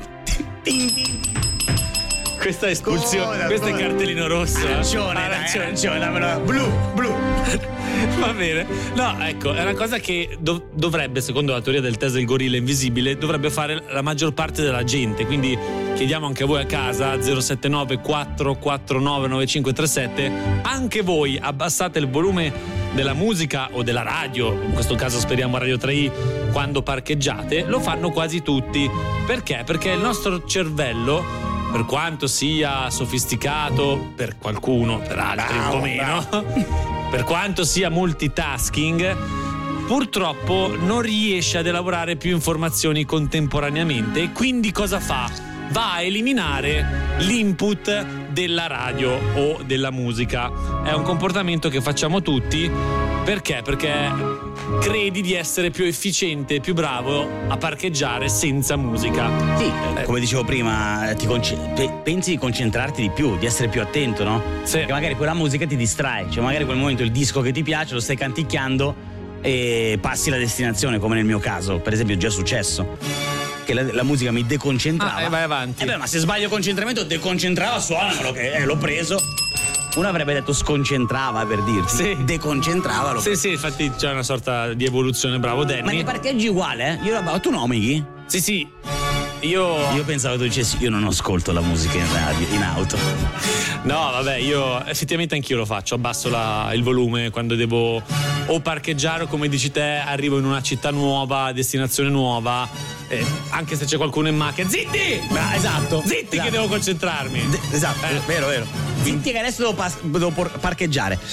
Questa è espulsione, questo è cartellino rosso. Arancione, blu. Va bene. No, ecco, è una cosa che dovrebbe, secondo la teoria del test del gorilla invisibile, dovrebbe fare la maggior parte della gente. Quindi chiediamo anche a voi a casa 079 449 9537, anche voi abbassate il volume della musica o della radio, in questo caso speriamo Radio 3i, quando parcheggiate. Lo fanno quasi tutti. Perché? Perché il nostro cervello, per quanto sia sofisticato per qualcuno, per altri un po' meno, per quanto sia multitasking, purtroppo non riesce ad elaborare più informazioni contemporaneamente e quindi cosa fa? Va a eliminare l'input della radio o della musica. È un comportamento che facciamo tutti. Perché? Perché credi di essere più efficiente, più bravo a parcheggiare senza musica. Sì, come dicevo prima, pensi di concentrarti di più, di essere più attento, no? Sì. Che magari quella musica ti distrae, cioè magari quel momento il disco che ti piace lo stai canticchiando e passi la destinazione, come nel mio caso, per esempio è già successo. Che la musica mi deconcentrava. Vai avanti. Ma se sbaglio concentramento, deconcentrava, suonamelo che l'ho preso. Uno avrebbe detto sconcentrava, per dirti. Sì. Deconcentrava. Sì, infatti c'è una sorta di evoluzione, bravo Danny. Ma nei parcheggi uguale, eh? Tu no, Mighi? Sì. Io pensavo tu dicessi io non ascolto la musica in radio, in auto. No, vabbè, io effettivamente anch'io lo faccio, abbasso il volume quando devo o parcheggiare o, come dici te, arrivo in una città nuova, destinazione nuova, anche se c'è qualcuno in macchina. Zitti! Esatto. Zitti, che devo concentrarmi. Esatto, vero. Zitti che adesso devo parcheggiare.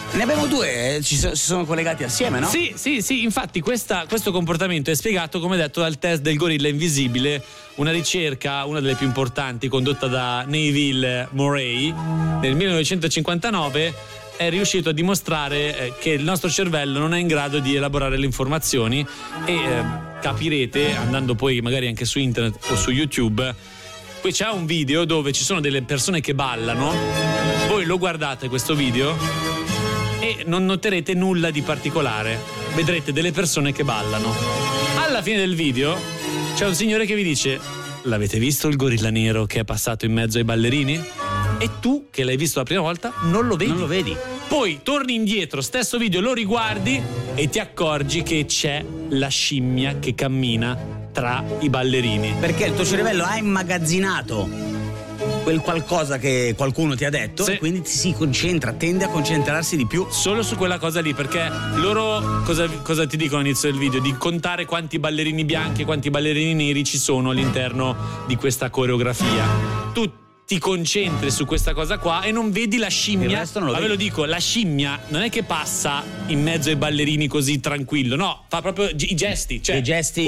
Ne abbiamo due, si sono collegati assieme, no? Sì, infatti questo comportamento è spiegato, come detto, dal test del gorilla invisibile, una ricerca, una delle più importanti, condotta da Neville Murray nel 1959, è riuscito a dimostrare che il nostro cervello non è in grado di elaborare le informazioni e capirete, andando poi magari anche su internet o su YouTube, qui c'è un video dove ci sono delle persone che ballano, voi lo guardate questo video e non noterete nulla di particolare, vedrete delle persone che ballano. Alla fine del video c'è un signore che vi dice: l'avete visto il gorilla nero che è passato in mezzo ai ballerini? E tu, che l'hai visto la prima volta, non lo vedi. Poi torni indietro, stesso video, lo riguardi e ti accorgi che c'è la scimmia che cammina tra i ballerini. Perché il tuo cervello ha immagazzinato quel qualcosa che qualcuno ti ha detto, e quindi si concentra, tende a concentrarsi di più solo su quella cosa lì, perché loro cosa ti dicono all'inizio del video? Di contare quanti ballerini bianchi e quanti ballerini neri ci sono all'interno di questa coreografia. Tu ti concentri su questa cosa qua e non vedi la scimmia. Ma ve lo dico, la scimmia non è che passa in mezzo ai ballerini così tranquillo, no, fa proprio i gesti, cioè i gesti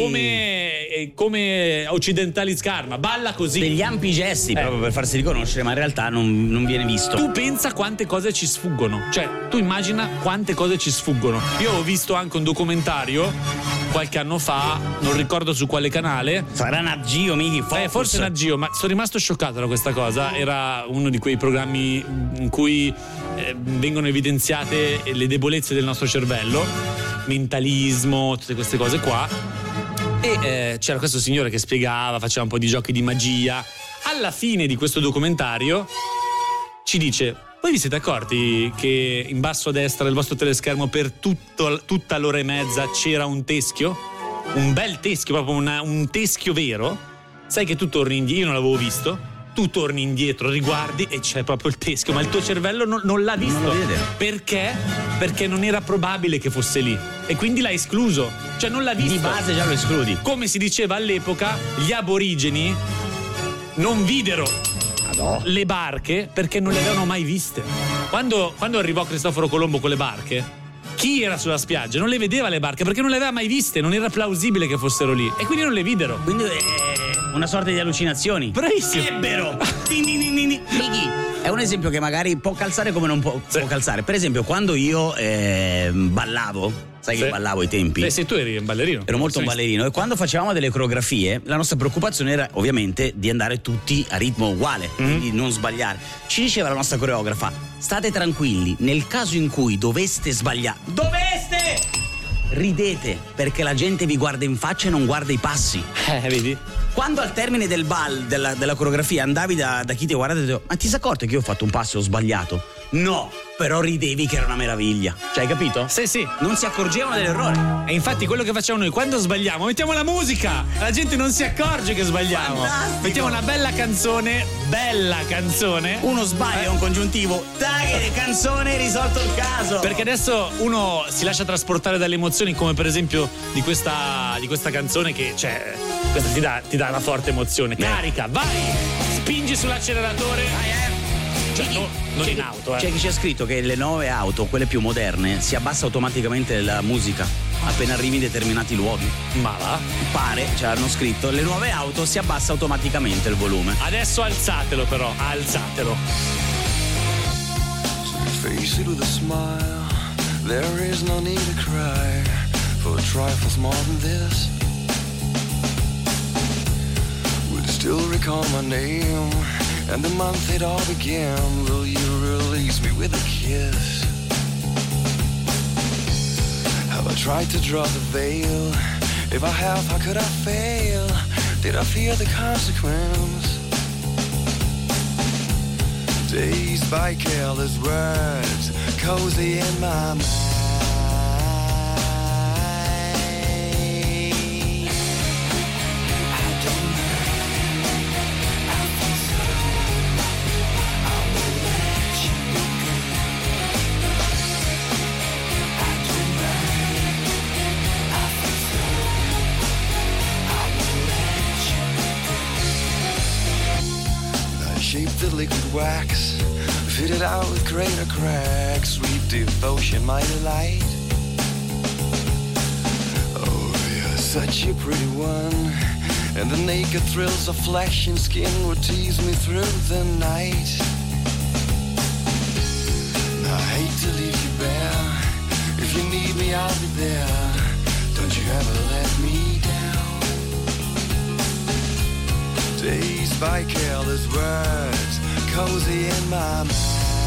come occidentali Scarma, balla così, degli ampi gesti proprio per farsi riconoscere, ma in realtà non viene visto. Tu pensa quante cose ci sfuggono, cioè tu immagina quante cose ci sfuggono. Io ho visto anche un documentario qualche anno fa, non ricordo su quale canale, sarà Nat Geo, forse Nat Geo, ma sono rimasto scioccato da questa cosa. Era uno di quei programmi in cui vengono evidenziate le debolezze del nostro cervello, mentalismo, tutte queste cose qua, e c'era questo signore che spiegava, faceva un po' di giochi di magia. Alla fine di questo documentario ci dice: voi vi siete accorti che in basso a destra del vostro teleschermo per tutta l'ora e mezza c'era un teschio? Un bel teschio, proprio un teschio vero? Sai che tu torni indietro, io non l'avevo visto, tu torni indietro, riguardi e c'è proprio il teschio, ma il tuo cervello non l'ha visto. Non lo vede. Perché? Perché non era probabile che fosse lì e quindi l'ha escluso, cioè non l'ha visto. Di base già lo escludi. Come si diceva all'epoca, gli aborigeni non videro le barche perché non le avevano mai viste. Quando arrivò Cristoforo Colombo con le barche, chi era sulla spiaggia non le vedeva le barche perché non le aveva mai viste, non era plausibile che fossero lì e quindi non le videro. Quindi una sorta di allucinazioni. Bravissimo. Ebbero. È un esempio che magari può calzare come non può calzare. Per esempio, quando io ballavo, sai che ballavo ai tempi? Sì, tu eri un ballerino. Ero molto un ballerino, e quando facevamo delle coreografie la nostra preoccupazione era ovviamente di andare tutti a ritmo uguale, quindi non sbagliare. Ci diceva la nostra coreografa: state tranquilli, nel caso in cui doveste sbagliare, ridete, perché la gente vi guarda in faccia e non guarda i passi. Vedi? Quando al termine del ball, della coreografia, andavi da chi ti guardava e ti dicevo: ma ti sei accorto che io ho fatto un passo e ho sbagliato? No, però ridevi che era una meraviglia. Cioè, hai capito? Sì. Non si accorgevano dell'errore. E infatti quello che facciamo noi quando sbagliamo, mettiamo la musica, la gente non si accorge che sbagliamo. Fantastico. Mettiamo una bella canzone. Uno sbaglia un congiuntivo, canzone, risolto il caso. Perché adesso uno si lascia trasportare dalle emozioni, come per esempio di questa canzone che, cioè, questa ti dà una forte emozione. Carica, vai, spingi sull'acceleratore. Non in auto, C'è chi ci ha scritto che le nuove auto, quelle più moderne, si abbassa automaticamente la musica appena arrivi in determinati luoghi. Ma va? Pare, ce l'hanno scritto, le nuove auto si abbassa automaticamente il volume. Adesso alzatelo però, alzatelo. Face it with a smile, there is no need to cry for trifles more than this. Will you still recall my name and the month it all began? Will you release me with a kiss? Have I tried to draw the veil? If I have, how could I fail? Did I fear the consequence? Dazed by careless words, cozy in my mind. Shaped the liquid wax, fitted out with greater cracks. Sweet devotion, my delight. Oh, you're such a pretty one, and the naked thrills of flesh and skin would tease me through the night. I hate to leave you bare. If you need me, I'll be there. Don't you ever let me down. Dazed by careless words, cozy in my mind.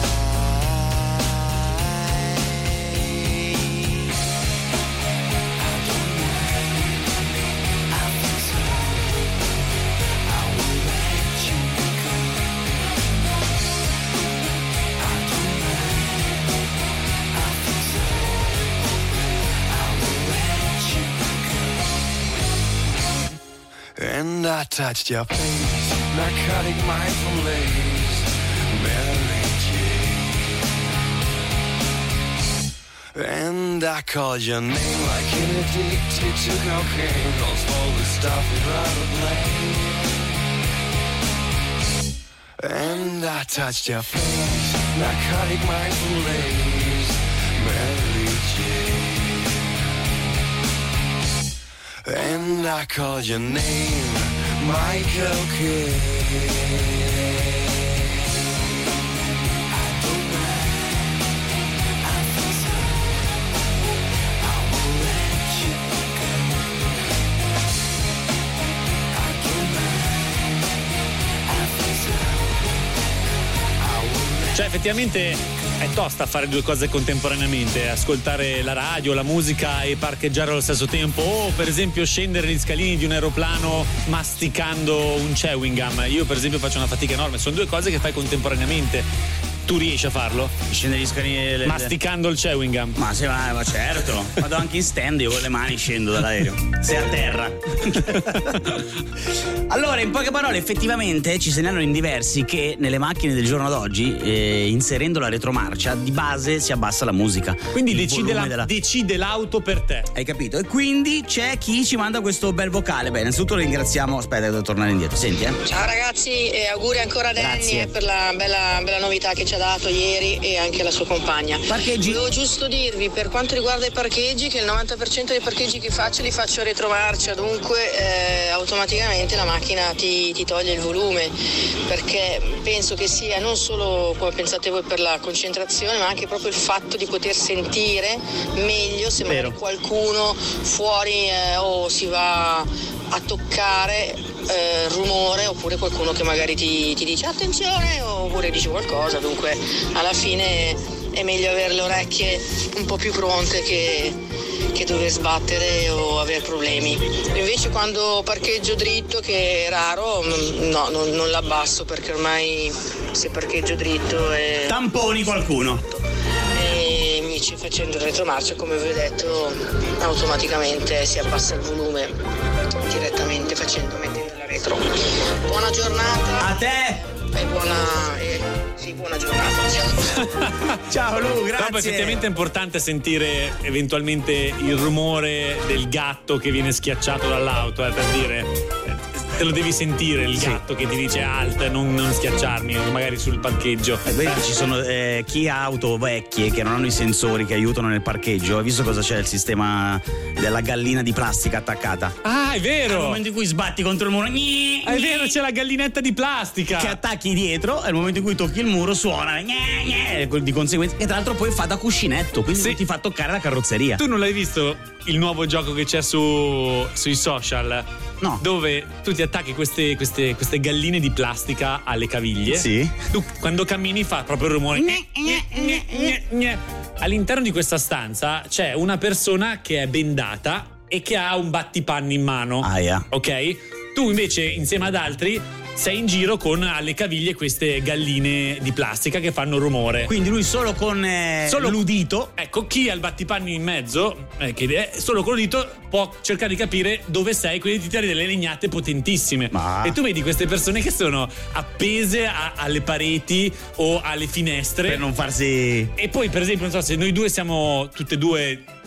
And I touched your face, narcotic mindful lace, Mary Jane. And I called your name like an addicted to cocaine, calls for the stuff you'd rather play. And I touched your face, narcotic mindful lace, Mary Jane. And I called your name, Michael Kidd. Cioè effettivamente è tosta fare due cose contemporaneamente, ascoltare la radio, la musica e parcheggiare allo stesso tempo, o per esempio scendere gli scalini di un aeroplano masticando un chewing gum. Io per esempio faccio una fatica enorme, sono due cose che fai contemporaneamente. Tu riesci a farlo? Scendere gli scalini masticando il chewing gum? Ma sì, ma certo. Vado anche in stand, io con le mani scendo dall'aereo. Sei a terra. Allora, in poche parole, effettivamente ci segnalano in diversi che nelle macchine del giorno d'oggi, inserendo la retromarcia, di base si abbassa la musica. Quindi decide l'auto per te. Hai capito? E quindi c'è chi ci manda questo bel vocale. Beh, innanzitutto ringraziamo. Aspetta, devo tornare indietro. Senti, Ciao ragazzi e auguri ancora a Danny per la bella novità che ci ha dato ieri e anche la sua compagna. Parcheggi. Volevo giusto dirvi, per quanto riguarda i parcheggi, che il 90% dei parcheggi che faccio li faccio a retromarcia, dunque automaticamente la macchina ti toglie il volume, perché penso che sia non solo, come pensate voi, per la concentrazione, ma anche proprio il fatto di poter sentire meglio se magari qualcuno fuori o si va a toccare rumore, oppure qualcuno che magari ti dice attenzione, oppure dice qualcosa. Dunque alla fine è meglio avere le orecchie un po' più pronte che dover sbattere o avere problemi. Invece quando parcheggio dritto, che è raro, no, non l'abbasso, perché ormai se parcheggio dritto è... tamponi qualcuno. E invece facendo il retromarcia, come vi ho detto, automaticamente si abbassa il volume direttamente mettendo la retro. Buona giornata a te e buona giornata. Ciao Lu, grazie. Però effettivamente è importante sentire eventualmente il rumore del gatto che viene schiacciato dall'auto, per dire. Te lo devi sentire il gatto che ti dice alt, non schiacciarmi, magari sul parcheggio. Ci sono chi ha auto vecchie che non hanno i sensori che aiutano nel parcheggio. Hai visto cosa c'è? Il sistema della gallina di plastica attaccata. Ah, è vero! Al momento in cui sbatti contro il muro, è vero, c'è la gallinetta di plastica che attacchi dietro, e al momento in cui tocchi il muro suona di conseguenza, e tra l'altro poi fa da cuscinetto, quindi non ti fa toccare la carrozzeria. Tu non l'hai visto il nuovo gioco che c'è sui social? No. Dove tu ti attacchi queste galline di plastica alle caviglie. Sì. Tu quando cammini fa proprio il rumore. All'interno di questa stanza c'è una persona che è bendata e che ha un battipanni in mano. Ok? Tu invece insieme ad altri sei in giro con alle caviglie queste galline di plastica che fanno rumore. Quindi lui solo con l'udito. Ecco, chi ha il battipanni in mezzo, che è solo con l'udito, può cercare di capire dove sei, quindi ti tiri delle legnate potentissime. E tu vedi queste persone che sono appese alle pareti o alle finestre per non farsi. E poi, per esempio, non so, se noi due siamo tutte e due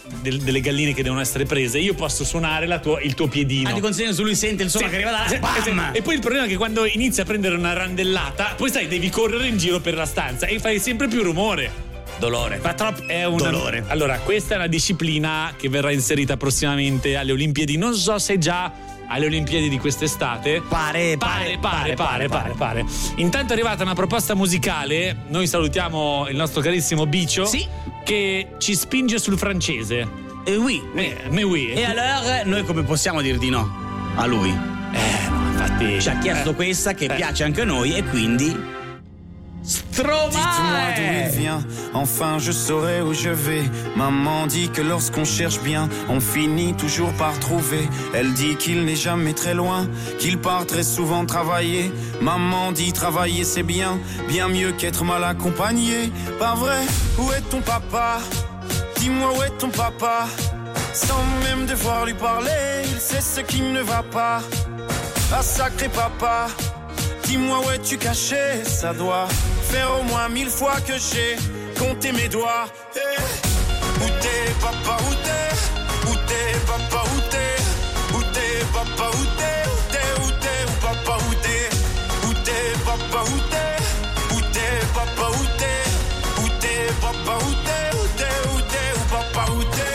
delle galline che devono essere prese, io posso suonare il tuo piedino. Ti consegno se lui sente il suono che arriva da là. E poi il problema è che quando inizi a prendere una randellata, poi sai, devi correre in giro per la stanza e fai sempre più rumore. Dolore. Dolore. Allora, questa è una disciplina che verrà inserita prossimamente alle Olimpiadi. Non so se già alle Olimpiadi di quest'estate. Pare. Intanto è arrivata una proposta musicale. Noi salutiamo il nostro carissimo Bicio, che ci spinge sul francese. Oui. E allora noi come possiamo dir di no a lui? No, infatti ci ha chiesto questa che piace anche a noi e quindi Dites-moi d'où il vient, enfin je saurai où je vais. Maman dit que lorsqu'on cherche bien, on finit toujours par trouver. Elle dit qu'il n'est jamais très loin, qu'il part très souvent travailler. Maman dit travailler c'est bien, bien mieux qu'être mal accompagné. Pas vrai? Où est ton papa? Dis-moi où est ton papa? Sans même devoir lui parler, il sait ce qui ne va pas. Ah sacré papa, dis-moi où es-tu caché? Ça doit faire au moins 1000 fois que j'ai compté mes doigts. Hey. Où t'es papa, où t'es? Où t'es papa, où t'es? Où t'es papa, où t'es? Où t'es, où t'es, où papa, où t'es? Où t'es papa, où t'es? Où t'es papa, où t'es? Où t'es papa, où t'es? Où t'es, où t'es, où papa, où t'es?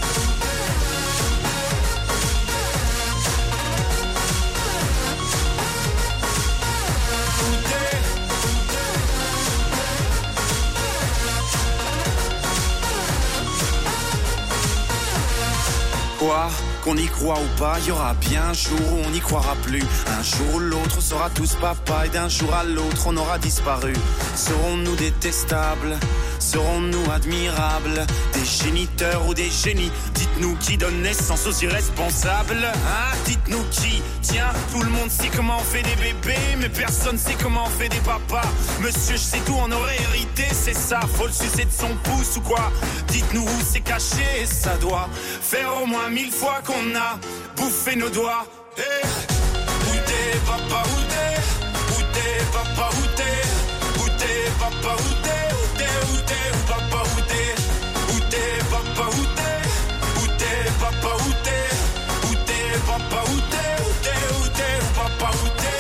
Quoi? Qu'on y croit ou pas, il y aura bien un jour où on n'y croira plus. Un jour ou l'autre, on sera tous papa et d'un jour à l'autre, on aura disparu. Serons-nous détestables? Serons-nous admirables? Des géniteurs ou des génies? Dites-nous qui donne naissance aux irresponsables, hein? Dites-nous qui? Tiens, tout le monde sait comment on fait des bébés, mais personne sait comment on fait des papas. Monsieur, je sais tout, on aurait hérité, c'est ça. Faut le sucer de son pouce ou quoi? Dites-nous où c'est caché, ça doit faire au moins 1000 fois qu'on a bouffé nos doigts. Hey. Où t'es papa, où t'es? Où t'es papa, où t'es? Où t'es papa, où t'es? Où t'es, où t'es, où papa, où t'es? Où t'es papa, où t'es? Où t'es papa, où t'es? Où t'es papa, où t'es? Où t'es, où t'es, où papa, où t'es?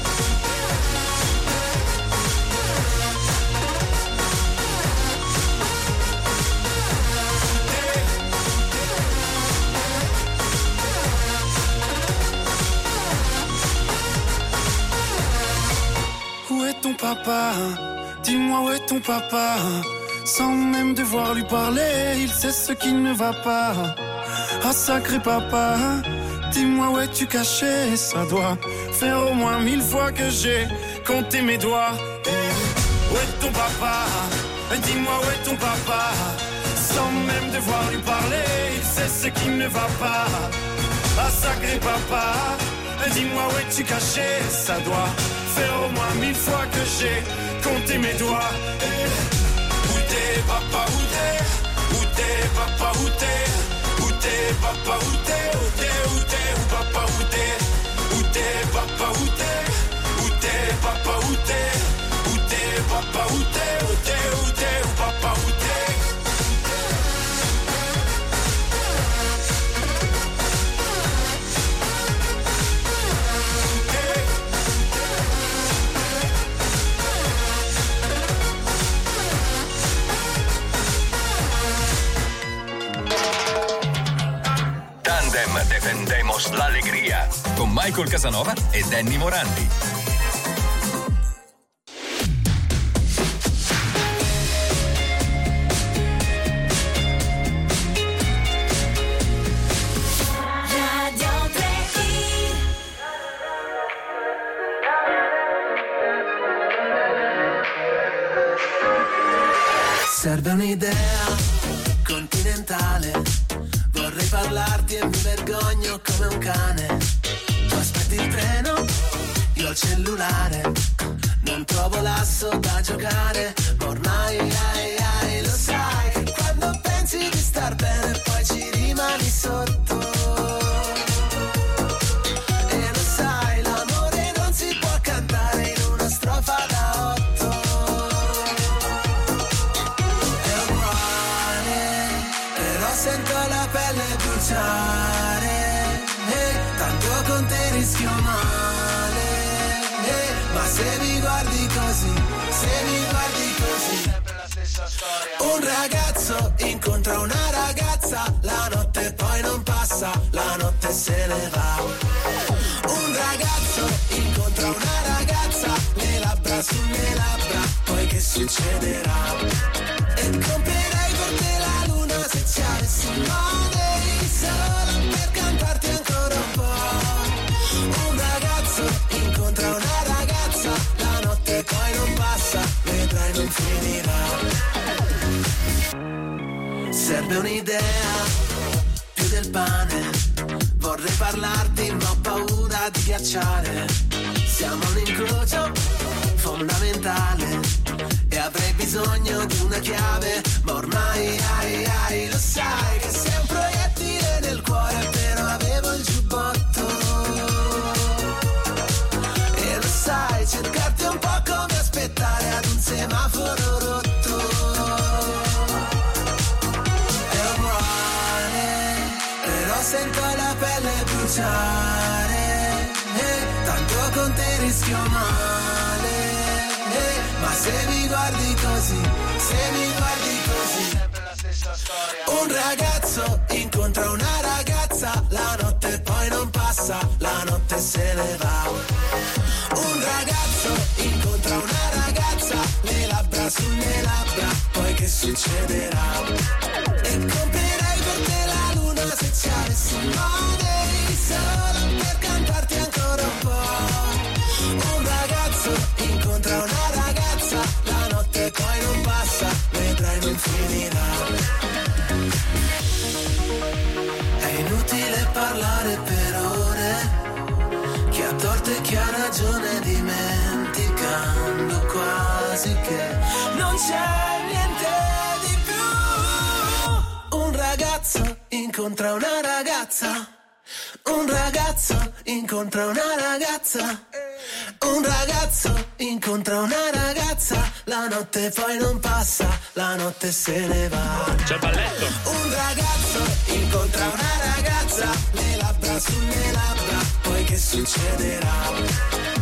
Où est ton papa? Dis-moi où est ton papa? Sans même devoir lui parler, il sait ce qui ne va pas. Ah sacré papa, dis-moi où es-tu caché? Ça doit faire au moins 1000 fois que j'ai compté mes doigts. Où est ton papa? Dis-moi où est ton papa? Sans même devoir lui parler, il sait ce qui ne va pas. Ah sacré papa, dis-moi où es-tu caché? Ça doit faire au moins 1000 fois que j'ai compté mes doigts. Où t'es papa, où t'es? Où t'es papa, où t'es? Où t'es papa, où t'es? Où t'es, où t'es, où papa, où t'es? Où t'es papa, où t'es? Où t'es papa, où t'es? Où t'es papa, où t'es? Où t'es, où t'es, où papa, où t'es? Defendemos la alegría con Michael Casanova e Danny Morandi. Serve un'idea continentale. Vorrei parlarti e mi vergogno come un cane. Tu aspetti il treno, io il cellulare. Non trovo l'asso da giocare, ma ormai lo sai che quando pensi di star bene poi ci rimani sotto. E lo sai, l'amore non si può cantare in una strofa da 8. È uguale, però sento la pelle bruciare, tanto con te rischio male, ma se mi guardi così, sempre la stessa storia. Un ragazzo incontra una ragazza, la notte poi non passa, la notte se ne va. Un ragazzo incontra una ragazza, le labbra sulle labbra, poi che succederà? E comprerei per te la luna se ci avessi money, solo per cantarti ancora un po'. Un ragazzo incontra una ragazza, la notte poi non passa, vedrai non finirà. Serve un'idea, più del pane, vorrei parlarti ma ho paura di ghiacciare. Siamo un incrocio fondamentale e avrei bisogno di una chiave, ma ormai lo sai che sei un proiettile nel cuore, però avevo il giubbotto. E lo sai, cercarti è un po' come aspettare ad un semaforo rotto. È uguale, però sento la pelle bruciare, tanto con te rischio male, ma se mi guardi così, sempre la stessa storia. Un ragazzo incontra una ragazza, la notte poi non passa, la notte se ne va. Un ragazzo incontra una ragazza, le labbra sulle labbra, poi che succederà? E comprerei per te la luna se ci avessi money, solo per cantarti ancora un po'. Un ragazzo incontra una ragazza, la notte poi non passa, vedrai non finirà. È inutile parlare per ore, chi ha torto e chi ha ragione, dimenticando quasi che non c'è niente di più. Un ragazzo incontra una ragazza, un ragazzo incontra una ragazza, un ragazzo incontra una ragazza, la notte poi non passa, la notte se ne va. C'è il balletto. Un ragazzo incontra una ragazza, le labbra sulle labbra, poi che succederà?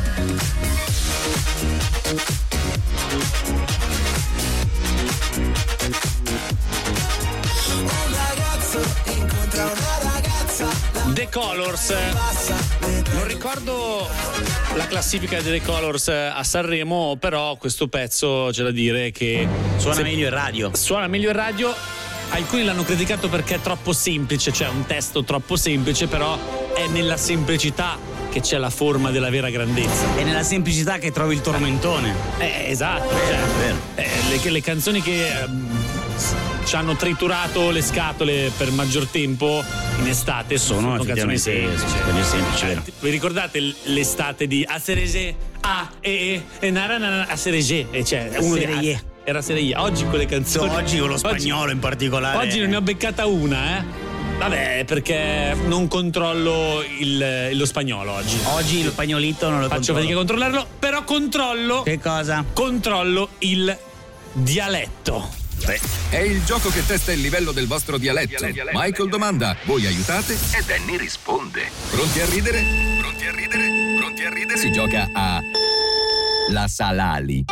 Un ragazzo incontra una ragazza, The Colors. Non ricordo la classifica dei The Colors a Sanremo, però questo pezzo c'è da dire che Suona meglio in radio. Suona meglio in radio. Alcuni l'hanno criticato perché è troppo semplice, cioè un testo troppo semplice, però è nella semplicità che c'è la forma della vera grandezza. È nella semplicità che trovi il tormentone. Esatto, le canzoni che ci hanno triturato le scatole per maggior tempo in estate sono canzoni semplici. Vi ricordate l'estate di Aserege? Aserege, cioè uno di era Serie. Oggi quelle canzoni. Oggi con lo spagnolo in particolare. Oggi non ne ho beccata una, Vabbè, perché non controllo lo spagnolo oggi. Oggi il spagnolito non lo faccio fatica a controllarlo, però controllo. Che cosa? Controllo il dialetto. È il gioco che testa il livello del vostro dialetto. Michael domanda, voi aiutate e Danny risponde. Pronti a ridere? Pronti a ridere? Pronti a ridere? Si gioca a La Salali.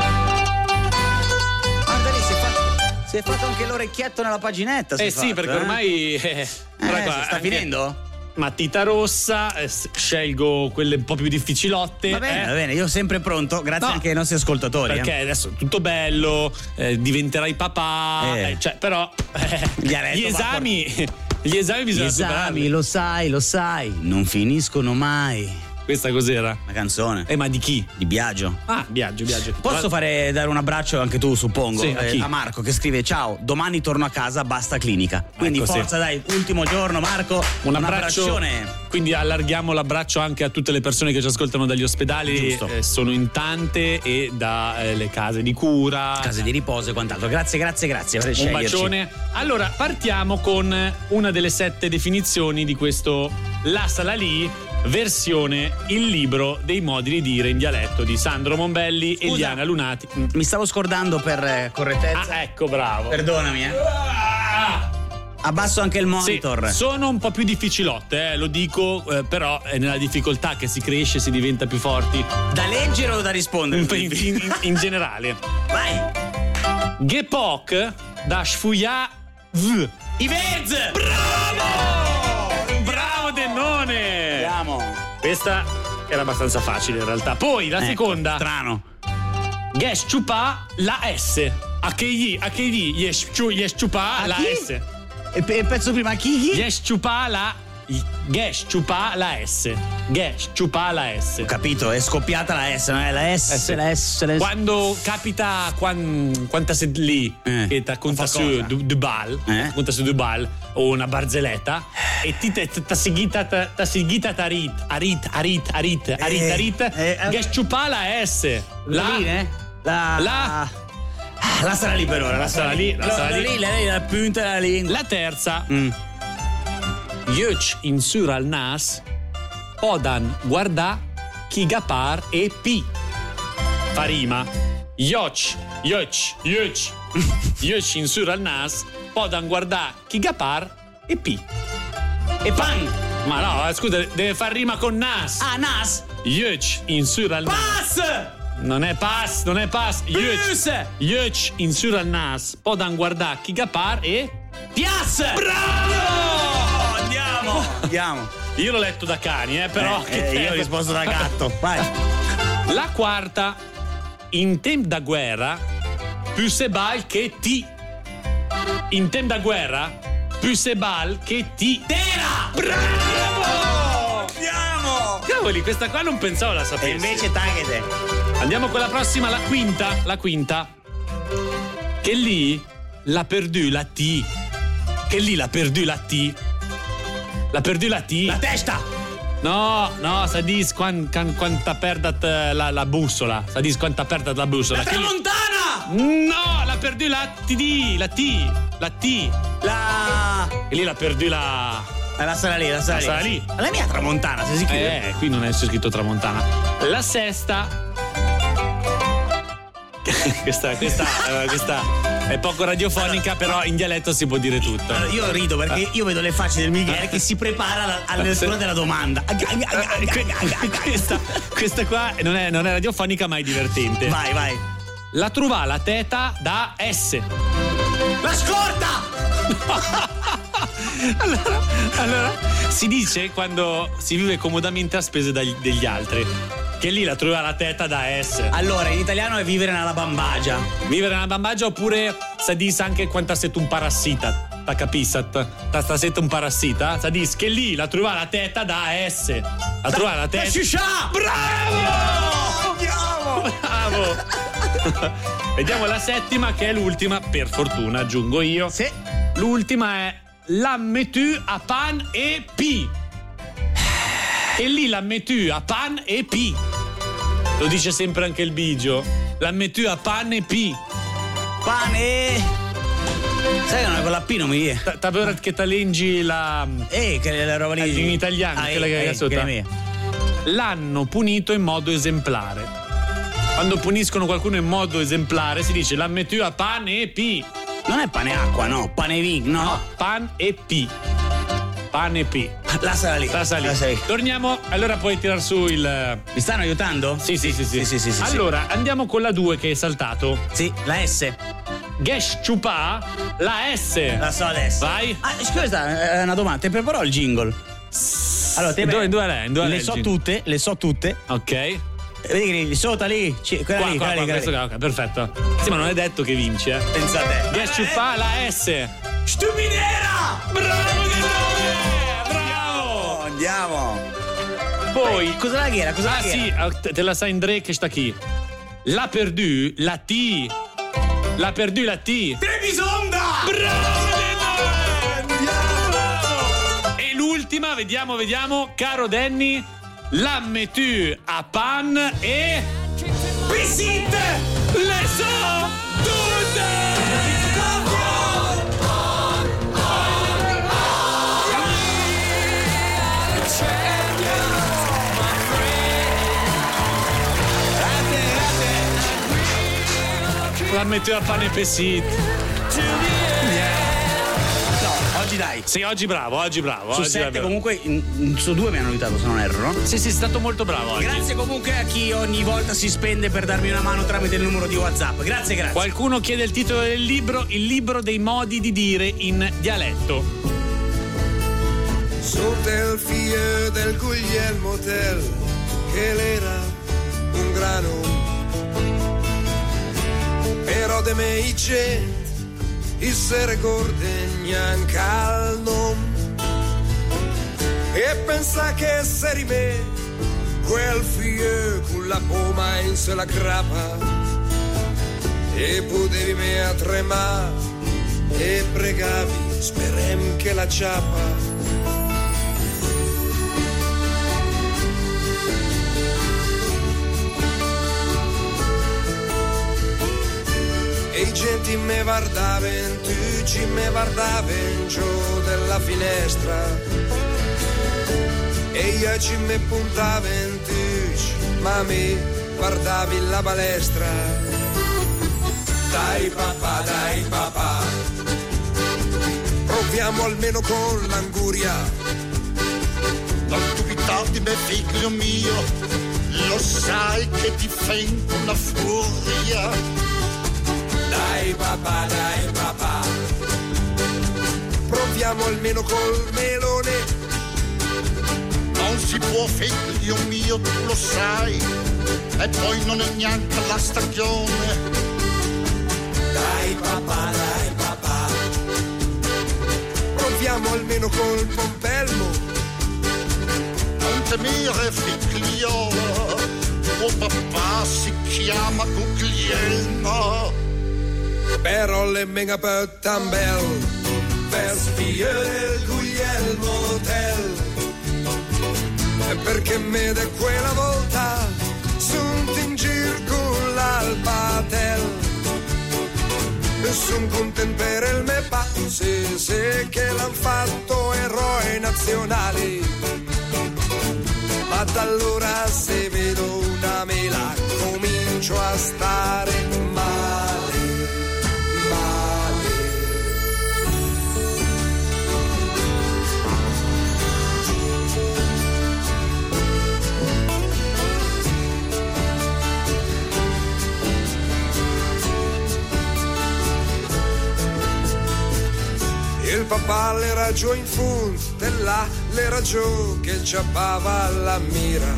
Si è fatto anche l'orecchietto nella paginetta. Sì, perché ormai sta finendo? Matita rossa, scelgo quelle un po' più difficilotte. Va bene, io sempre pronto, grazie anche ai nostri ascoltatori. Perché adesso tutto bello, diventerai papà, però gli esami bisogna superarli. Lo sai, non finiscono mai. Questa cos'era? Una canzone. Ma di chi? Di Biagio. Ah, Biagio. Posso dare un abbraccio anche tu, suppongo? Sì, a chi? A Marco che scrive: ciao, domani torno a casa, basta clinica. Quindi forza, dai, ultimo giorno, Marco. Un abbraccione. Quindi allarghiamo l'abbraccio anche a tutte le persone che ci ascoltano dagli ospedali. Sono in tante e dalle case di cura, case di riposo e quant'altro. Grazie per sceglierci. Un bacione. Allora, partiamo con una delle 7 definizioni di questo La Salali, versione Il libro dei modi di dire in dialetto di Sandro Mombelli e Eliana Lunati. Mi stavo scordando per correttezza. Ecco, bravo. Perdonami, Abbasso anche il monitor. Sì, sono un po' più difficilotte, lo dico, però è nella difficoltà che si cresce, si diventa più forti. Da leggere o da rispondere? In generale. Vai! Gepok da sfuglia v. I Verz! Bravo Dennone! Andiamo. Questa era abbastanza facile in realtà. Poi la seconda. Strano. Gesh chupa la S. A che gli yesh chupa la S. E il pezzo prima chi? Gesh chupa la S. Gesh chupa la S. Ho capito, è scoppiata la S, non è la S, la S. Quando capita quanta sei lì che ti conta su du bal, conta su du bal o una barzelletta e ti seguita arit, gesh chupa la S. La sarà lì per ora, la sarà lì. La punta della lingua. La terza. Yuch in sur al nas podan guardà chi gapar e pi. Fa rima. Yuch in sur al nas podan guardà chi gapar e pi. E pan. Ma no, scusa, deve far rima con nas. Ah, nas. Yuch in sur al nas. Pass. Non è pass. Yuch in sur al nas podan guardà chi gapar e Pias. Bravo! Andiamo. Io l'ho letto da cani, però. Io ho risposto da gatto. Vai. La quarta. In tempo da guerra, più se bal che ti. In tempo da guerra, più se bal che ti. Tera! Bravo! Andiamo! Cavoli, questa qua non pensavo la sapessi. E invece tagliate. Andiamo con la prossima, la quinta. Che lì la perdù la T. La testa! No, sa dis quanta perdat la bussola. Sa dis quanta perdat la bussola. La tramontana! No, la perdù la T. E lì la perdù la... La sarà lì. La mia tramontana, sei sicuro? Qui non è scritto tramontana. La sesta... questa è poco radiofonica, però in dialetto si può dire tutto. Allora, io rido perché io vedo le facce del Michele che si prepara alla lettura della domanda. Questa qua non è radiofonica, ma è divertente. Vai. La trova la teta da S. La scorta! Allora si dice quando si vive comodamente a spese degli altri, che lì la trova la teta da S. Allora, in italiano è vivere nella bambagia. Vivere nella bambagia, oppure sa dis anche quanta siete un parassita. Ta capisat? Ta siete un parassita? Sa dis che lì la trova la teta da S. La trova la teta. Sciuscià! Bravo! Bravo! Vediamo la settima, che è l'ultima, per fortuna, aggiungo io. Sì. L'ultima è la metu a pan e pi. E lì la metu a pan e pi. Lo dice sempre anche il Bigio. La metu a pan e pi. Pane. Sai che non è con la P, non mi viene. T'aveva che talengi la... che è la roba lì. In italiano, quella che è sotto. L'hanno punito in modo esemplare. Quando puniscono qualcuno in modo esemplare si dice la metu a pan e pi. Non è pane e acqua, no, pane e vin, no. Pan e pi. Pane e pi. La sarà lì. Torniamo, allora puoi tirar su il... Mi stanno aiutando? Sì. Allora, andiamo con la 2 che è saltato. Sì, la S. Gesh chupa la S. La so adesso. Vai. Scusa, è una domanda, ti preparò il jingle? Allora, dove è? Le so tutte. Ok. Vedi che lì sotto lì, quella lì. Ok, perfetto. Sì, ma non è detto che vinci, Pensa a te. Gesh chupa la S. Stupidera! Bravo di nome! Bravo! Andiamo. Poi cosa la ghiera? Sì, te la sai in Drake sta chi? La perdù la T. La perdù la T. Trebisonda! Bravo di nome! E l'ultima, vediamo, caro Danny, la metu a pan e Pisit! Le so tutte! La metteva a pane e pesit. No, oggi dai. Sì, oggi bravo. Su oggi 7 davvero. comunque su 2 mi hanno aiutato, se non erro, no? Sì, sei stato molto bravo oggi. Grazie comunque a chi ogni volta si spende per darmi una mano tramite il numero di WhatsApp. Grazie. Qualcuno chiede il titolo del libro, il libro dei modi di dire in dialetto. Sunt el figlio del Guglielmo Tell, che l'era un grano, però de me i gente il se ricorda neanche al nome, e pensa che esseri me quel figlio con la poma in se la grappa, e potevi me a tremare e pregavi sperem che la ciappa. E i genti me guardaven, tu ci me guardaven giù della finestra, e io ci me puntaven, tu ma me guardavi la balestra. Dai papà, proviamo almeno con l'anguria. Non dubitarti, me figlio mio, lo sai che ti fento una furia. Dai papà, proviamo almeno col melone. Non si può, figlio mio, tu lo sai, e poi non è neanche la stagione. Dai papà, proviamo almeno col pompelmo. Non temere, figliolo, tuo papà si chiama Guglielmo. Però le mega per tambel, per spiare il Guglielmo Tell, e perché me de quella volta sunt in giro con l'Alpatel, e son content per il me paese che l'han fatto eroi nazionali. Ma da allora se vedo una mela comincio a stare male. Il papà l'era giù in fondo, della l'era giù che ciappava alla mira,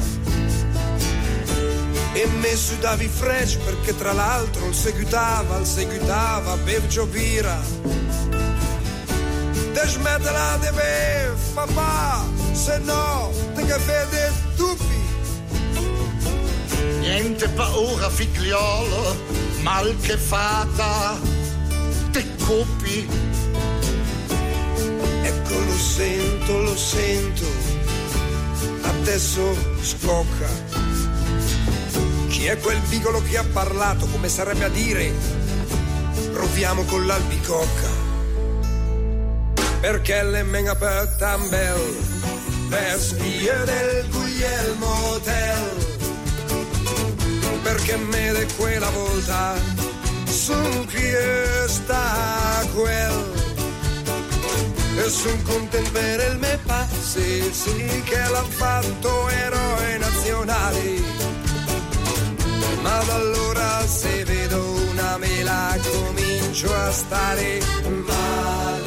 e me sudavi fresh perché tra l'altro il seguitava bev giovira. Te smettila di bev, papà, se no te che vede tutti. Niente paura, figliolo, mal che fata, te copi. Ecco, lo sento, adesso scocca. Chi è quel piccolo che ha parlato, come sarebbe a dire, proviamo con l'albicocca? Perché le menga per tambel, per spie del Guglielmo Tell, perché me de quella volta son chi sta quel. E son content per il me passi, sì che l'han fatto eroi nazionali. Ma da allora se vedo una mela comincio a stare male.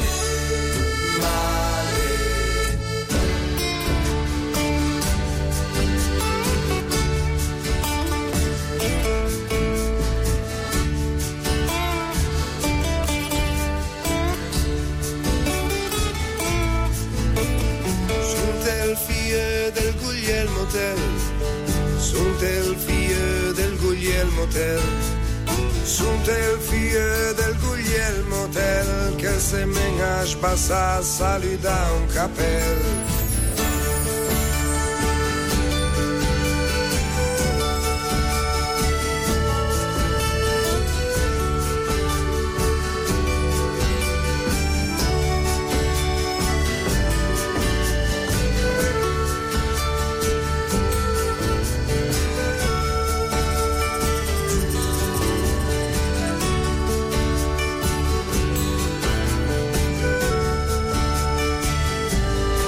Sunt el figlio del Guglielmo Tell, sunt el figlio del Guglielmo Tell, che se menga sbassa sali da un capel.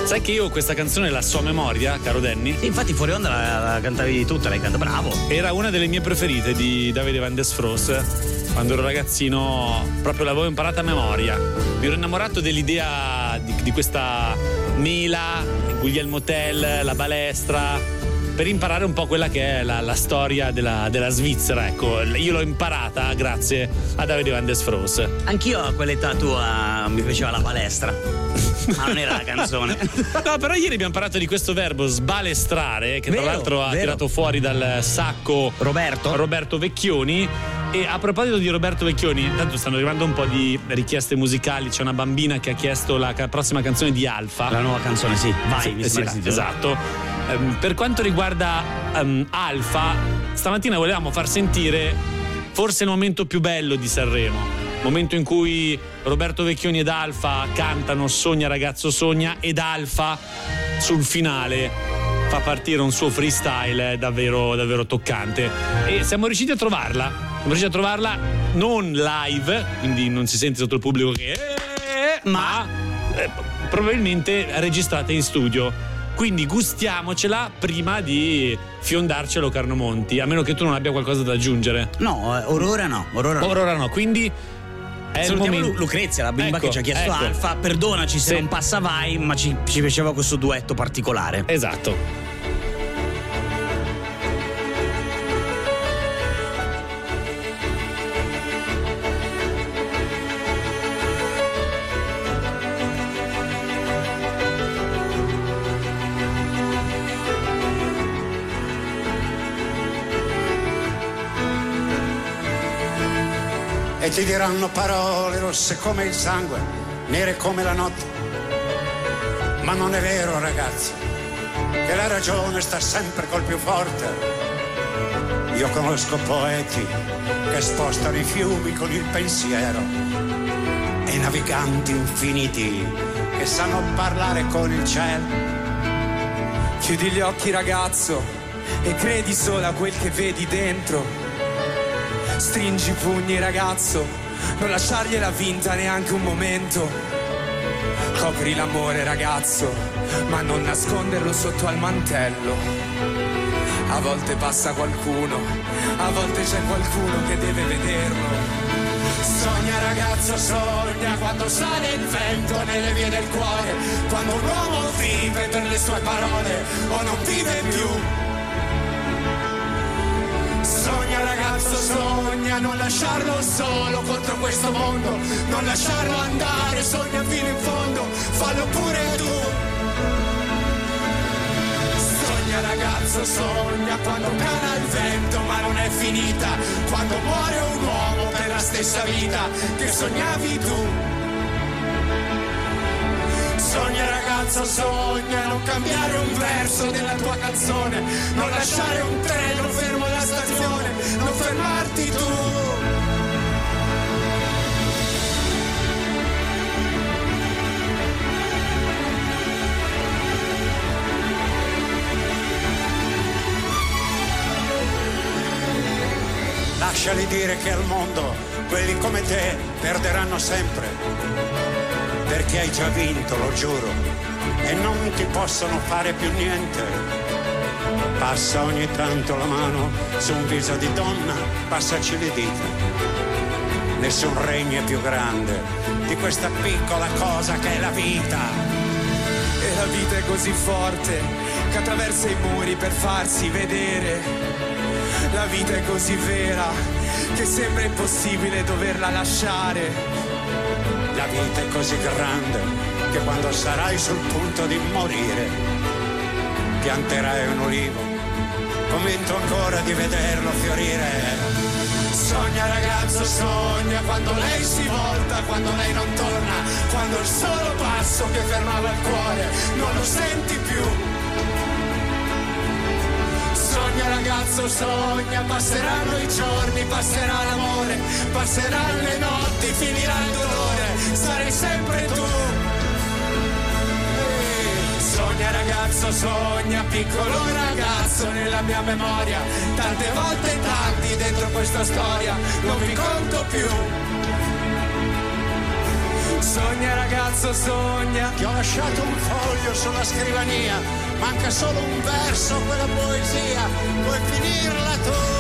Sai che io questa canzone la so a memoria, caro Danny? Sì, infatti fuori onda la cantavi tutta, l'hai cantata, bravo. Era una delle mie preferite di Davide Van der Sfroos. Quando ero ragazzino proprio l'avevo imparata a memoria. Mi ero innamorato dell'idea di questa mela, Guglielmo Tell, la balestra, per imparare un po' quella che è la storia della Svizzera. Ecco, io l'ho imparata grazie a Davide Van der Sfroos. Anch'io a quell'età tua mi piaceva la palestra. Ma non era la canzone. No, però ieri abbiamo parlato di questo verbo sbalestrare, che tra l'altro ha tirato fuori dal sacco Roberto Vecchioni. E a proposito di Roberto Vecchioni, intanto stanno arrivando un po' di richieste musicali. C'è una bambina che ha chiesto la prossima canzone di Alfa. La nuova canzone, sì. Vai, esatto. Per quanto riguarda Alfa, stamattina volevamo far sentire forse il momento più bello di Sanremo. Momento in cui Roberto Vecchioni ed Alfa cantano Sogna ragazzo sogna, ed Alfa sul finale fa partire un suo freestyle davvero, davvero toccante. E siamo riusciti a trovarla. Non live, quindi non si sente sotto il pubblico che ma probabilmente registrata in studio. Quindi gustiamocela prima di fiondarcelo, Carlo Monti, a meno che tu non abbia qualcosa da aggiungere. No, ora no. Quindi salutiamo Lucrezia, la bimba che ci ha chiesto Alfa. Perdonaci se non passa vai, ma ci piaceva questo duetto particolare. Esatto. E ti diranno parole rosse come il sangue, nere come la notte. Ma non è vero, ragazzi, che la ragione sta sempre col più forte. Io conosco poeti che spostano i fiumi con il pensiero e naviganti infiniti che sanno parlare con il cielo. Chiudi gli occhi, ragazzo, e credi solo a quel che vedi dentro. Stringi i pugni, ragazzo, non lasciargliela vinta neanche un momento. Copri l'amore, ragazzo, ma non nasconderlo sotto al mantello. A volte passa qualcuno, a volte c'è qualcuno che deve vederlo. Sogna, ragazzo, sogna quando sale il vento nelle vie del cuore, quando un uomo vive per le sue parole o non vive più. Sogna, ragazzo, sogna, non lasciarlo solo contro questo mondo, non lasciarlo andare, sogna fino in fondo, fallo pure tu. Sogna, ragazzo, sogna quando cala il vento ma non è finita, quando muore un uomo per la stessa vita che sognavi tu. Sogna, ragazzo, sogna, non cambiare un verso della tua canzone, non lasciare un treno fermo alla stazione, non fermarti tu. Lasciali dire che al mondo quelli come te perderanno sempre. Perché hai già vinto, lo giuro, e non ti possono fare più niente. Passa ogni tanto la mano su un viso di donna, passaci le dita. Nessun regno è più grande di questa piccola cosa che è la vita. E la vita è così forte che attraversa i muri per farsi vedere. La vita è così vera che sembra impossibile doverla lasciare. La vita è così grande che quando sarai sul punto di morire pianterai un ulivo, convinto ancora di vederlo fiorire. Sogna, ragazzo, sogna quando lei si volta, quando lei non torna, quando il solo passo che fermava il cuore non lo senti più. Sogna, ragazzo, sogna, passeranno i giorni, passerà l'amore, passeranno le notti, finirà il dolore, sarai sempre tu. Sogna, ragazzo, sogna, piccolo ragazzo nella mia memoria, tante volte tanti dentro questa storia, non mi conto più. Sogna ragazzo, sogna. Ti ho lasciato un foglio sulla scrivania, manca solo un verso a quella poesia, puoi finirla tu.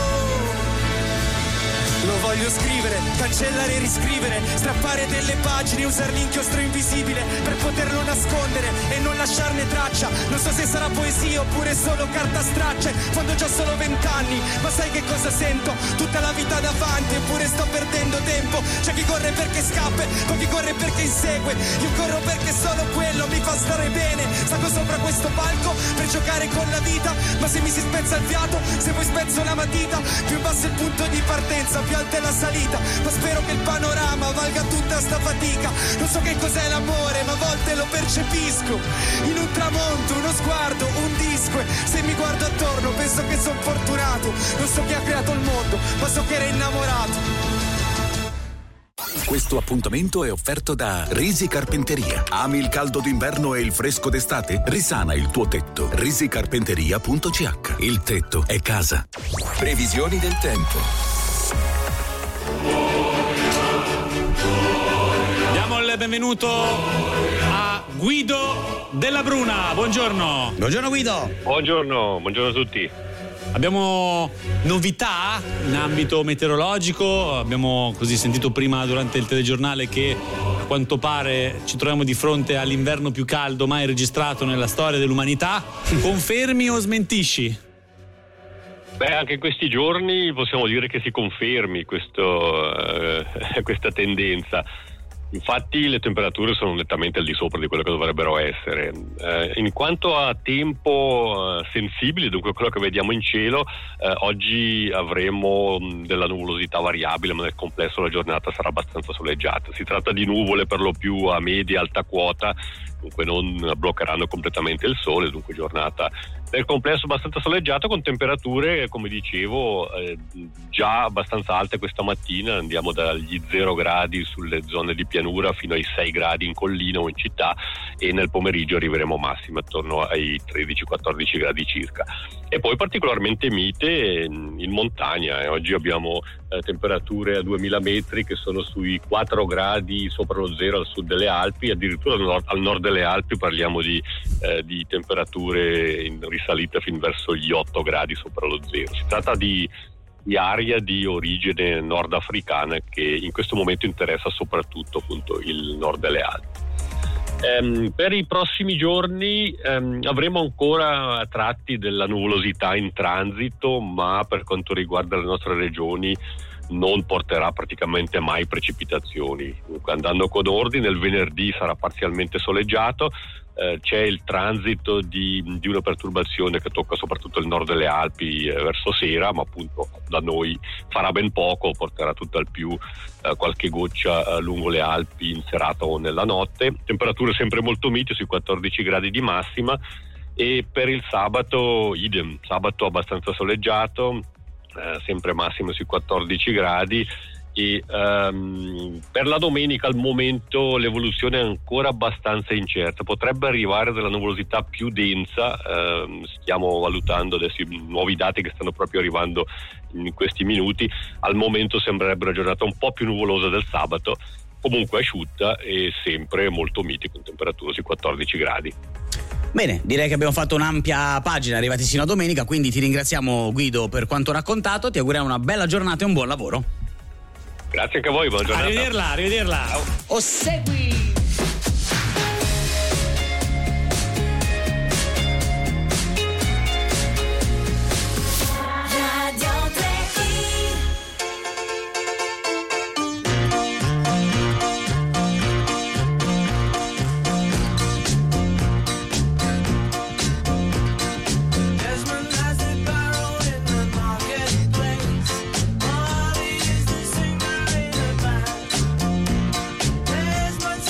Lo voglio scrivere, cancellare e riscrivere, strappare delle pagine, usare l'inchiostro invisibile per poterlo nascondere e non lasciarne traccia. Non so se sarà poesia oppure solo carta straccia. Quando ho solo 20 anni, ma sai che cosa sento? Tutta la vita davanti eppure sto perdendo tempo. C'è chi corre perché scappa, poi chi corre perché insegue. Io corro perché solo quello mi fa stare bene. Salgo sopra questo palco per giocare con la vita, ma se mi si spezza il fiato, se poi spezzo la matita, più basso è il punto di partenza, più alta è la salita, ma spero che il panorama valga tutta sta fatica. Non so che cos'è l'amore, ma a volte lo percepisco in un tramonto, uno sguardo, un disco, e se mi guardo attorno penso che sono fortunato. Non so chi ha creato il mondo, ma so che era innamorato. Questo appuntamento è offerto da Risi Carpenteria. Ami il caldo d'inverno e il fresco d'estate? Risana il tuo tetto. risicarpenteria.ch. Il tetto è casa. Previsioni del tempo. Diamo il benvenuto a Guido Della Bruna. Buongiorno. Buongiorno Guido. Buongiorno a tutti. Abbiamo novità in ambito meteorologico, abbiamo così sentito prima durante il telegiornale che a quanto pare ci troviamo di fronte all'inverno più caldo mai registrato nella storia dell'umanità. Confermi o smentisci? Beh, anche in questi giorni possiamo dire che si confermi questa tendenza. Infatti le temperature sono nettamente al di sopra di quello che dovrebbero essere. In quanto a tempo sensibile, dunque quello che vediamo in cielo, oggi avremo della nuvolosità variabile, ma nel complesso la giornata sarà abbastanza soleggiata. Si tratta di nuvole per lo più a media alta quota, dunque non bloccheranno completamente il sole, dunque giornata nel complesso abbastanza soleggiato, con temperature, come dicevo, già abbastanza alte questa mattina. Andiamo dagli 0 gradi sulle zone di pianura fino ai 6 gradi in collina o in città, e nel pomeriggio arriveremo massimo attorno ai 13-14 gradi circa. E poi particolarmente mite in montagna. Oggi abbiamo temperature a 2000 metri che sono sui 4 gradi sopra lo zero al sud delle Alpi, addirittura al nord delle Alpi parliamo di temperature in risalita fin verso gli 8 gradi sopra lo zero. Si tratta di aria di origine nordafricana che in questo momento interessa soprattutto appunto il nord delle Alpi. Per i prossimi giorni avremo ancora tratti della nuvolosità in transito, ma per quanto riguarda le nostre regioni non porterà praticamente mai precipitazioni. Dunque, andando con ordine, il venerdì sarà parzialmente soleggiato. C'è il transito di una perturbazione che tocca soprattutto il nord delle Alpi verso sera, ma appunto da noi farà ben poco, porterà tutto al più qualche goccia lungo le Alpi in serata o nella notte. Temperature sempre molto mite, sui 14 gradi di massima, e per il sabato idem, sabato abbastanza soleggiato, sempre massimo sui 14 gradi. E per la domenica al momento l'evoluzione è ancora abbastanza incerta, potrebbe arrivare della nuvolosità più densa. Stiamo valutando adesso i nuovi dati che stanno proprio arrivando in questi minuti. Al momento sembrerebbe una giornata un po' più nuvolosa del sabato, comunque asciutta e sempre molto mite, con temperature sui 14 gradi. Bene, direi che abbiamo fatto un'ampia pagina arrivati sino a domenica, quindi ti ringraziamo Guido per quanto raccontato, ti auguriamo una bella giornata e un buon lavoro. Grazie anche a voi, buona giornata. Arrivederla. O segui. There's much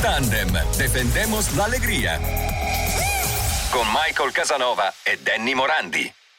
Tandem, defendemos la alegría. Con Michael Casanova e Danny Morandi.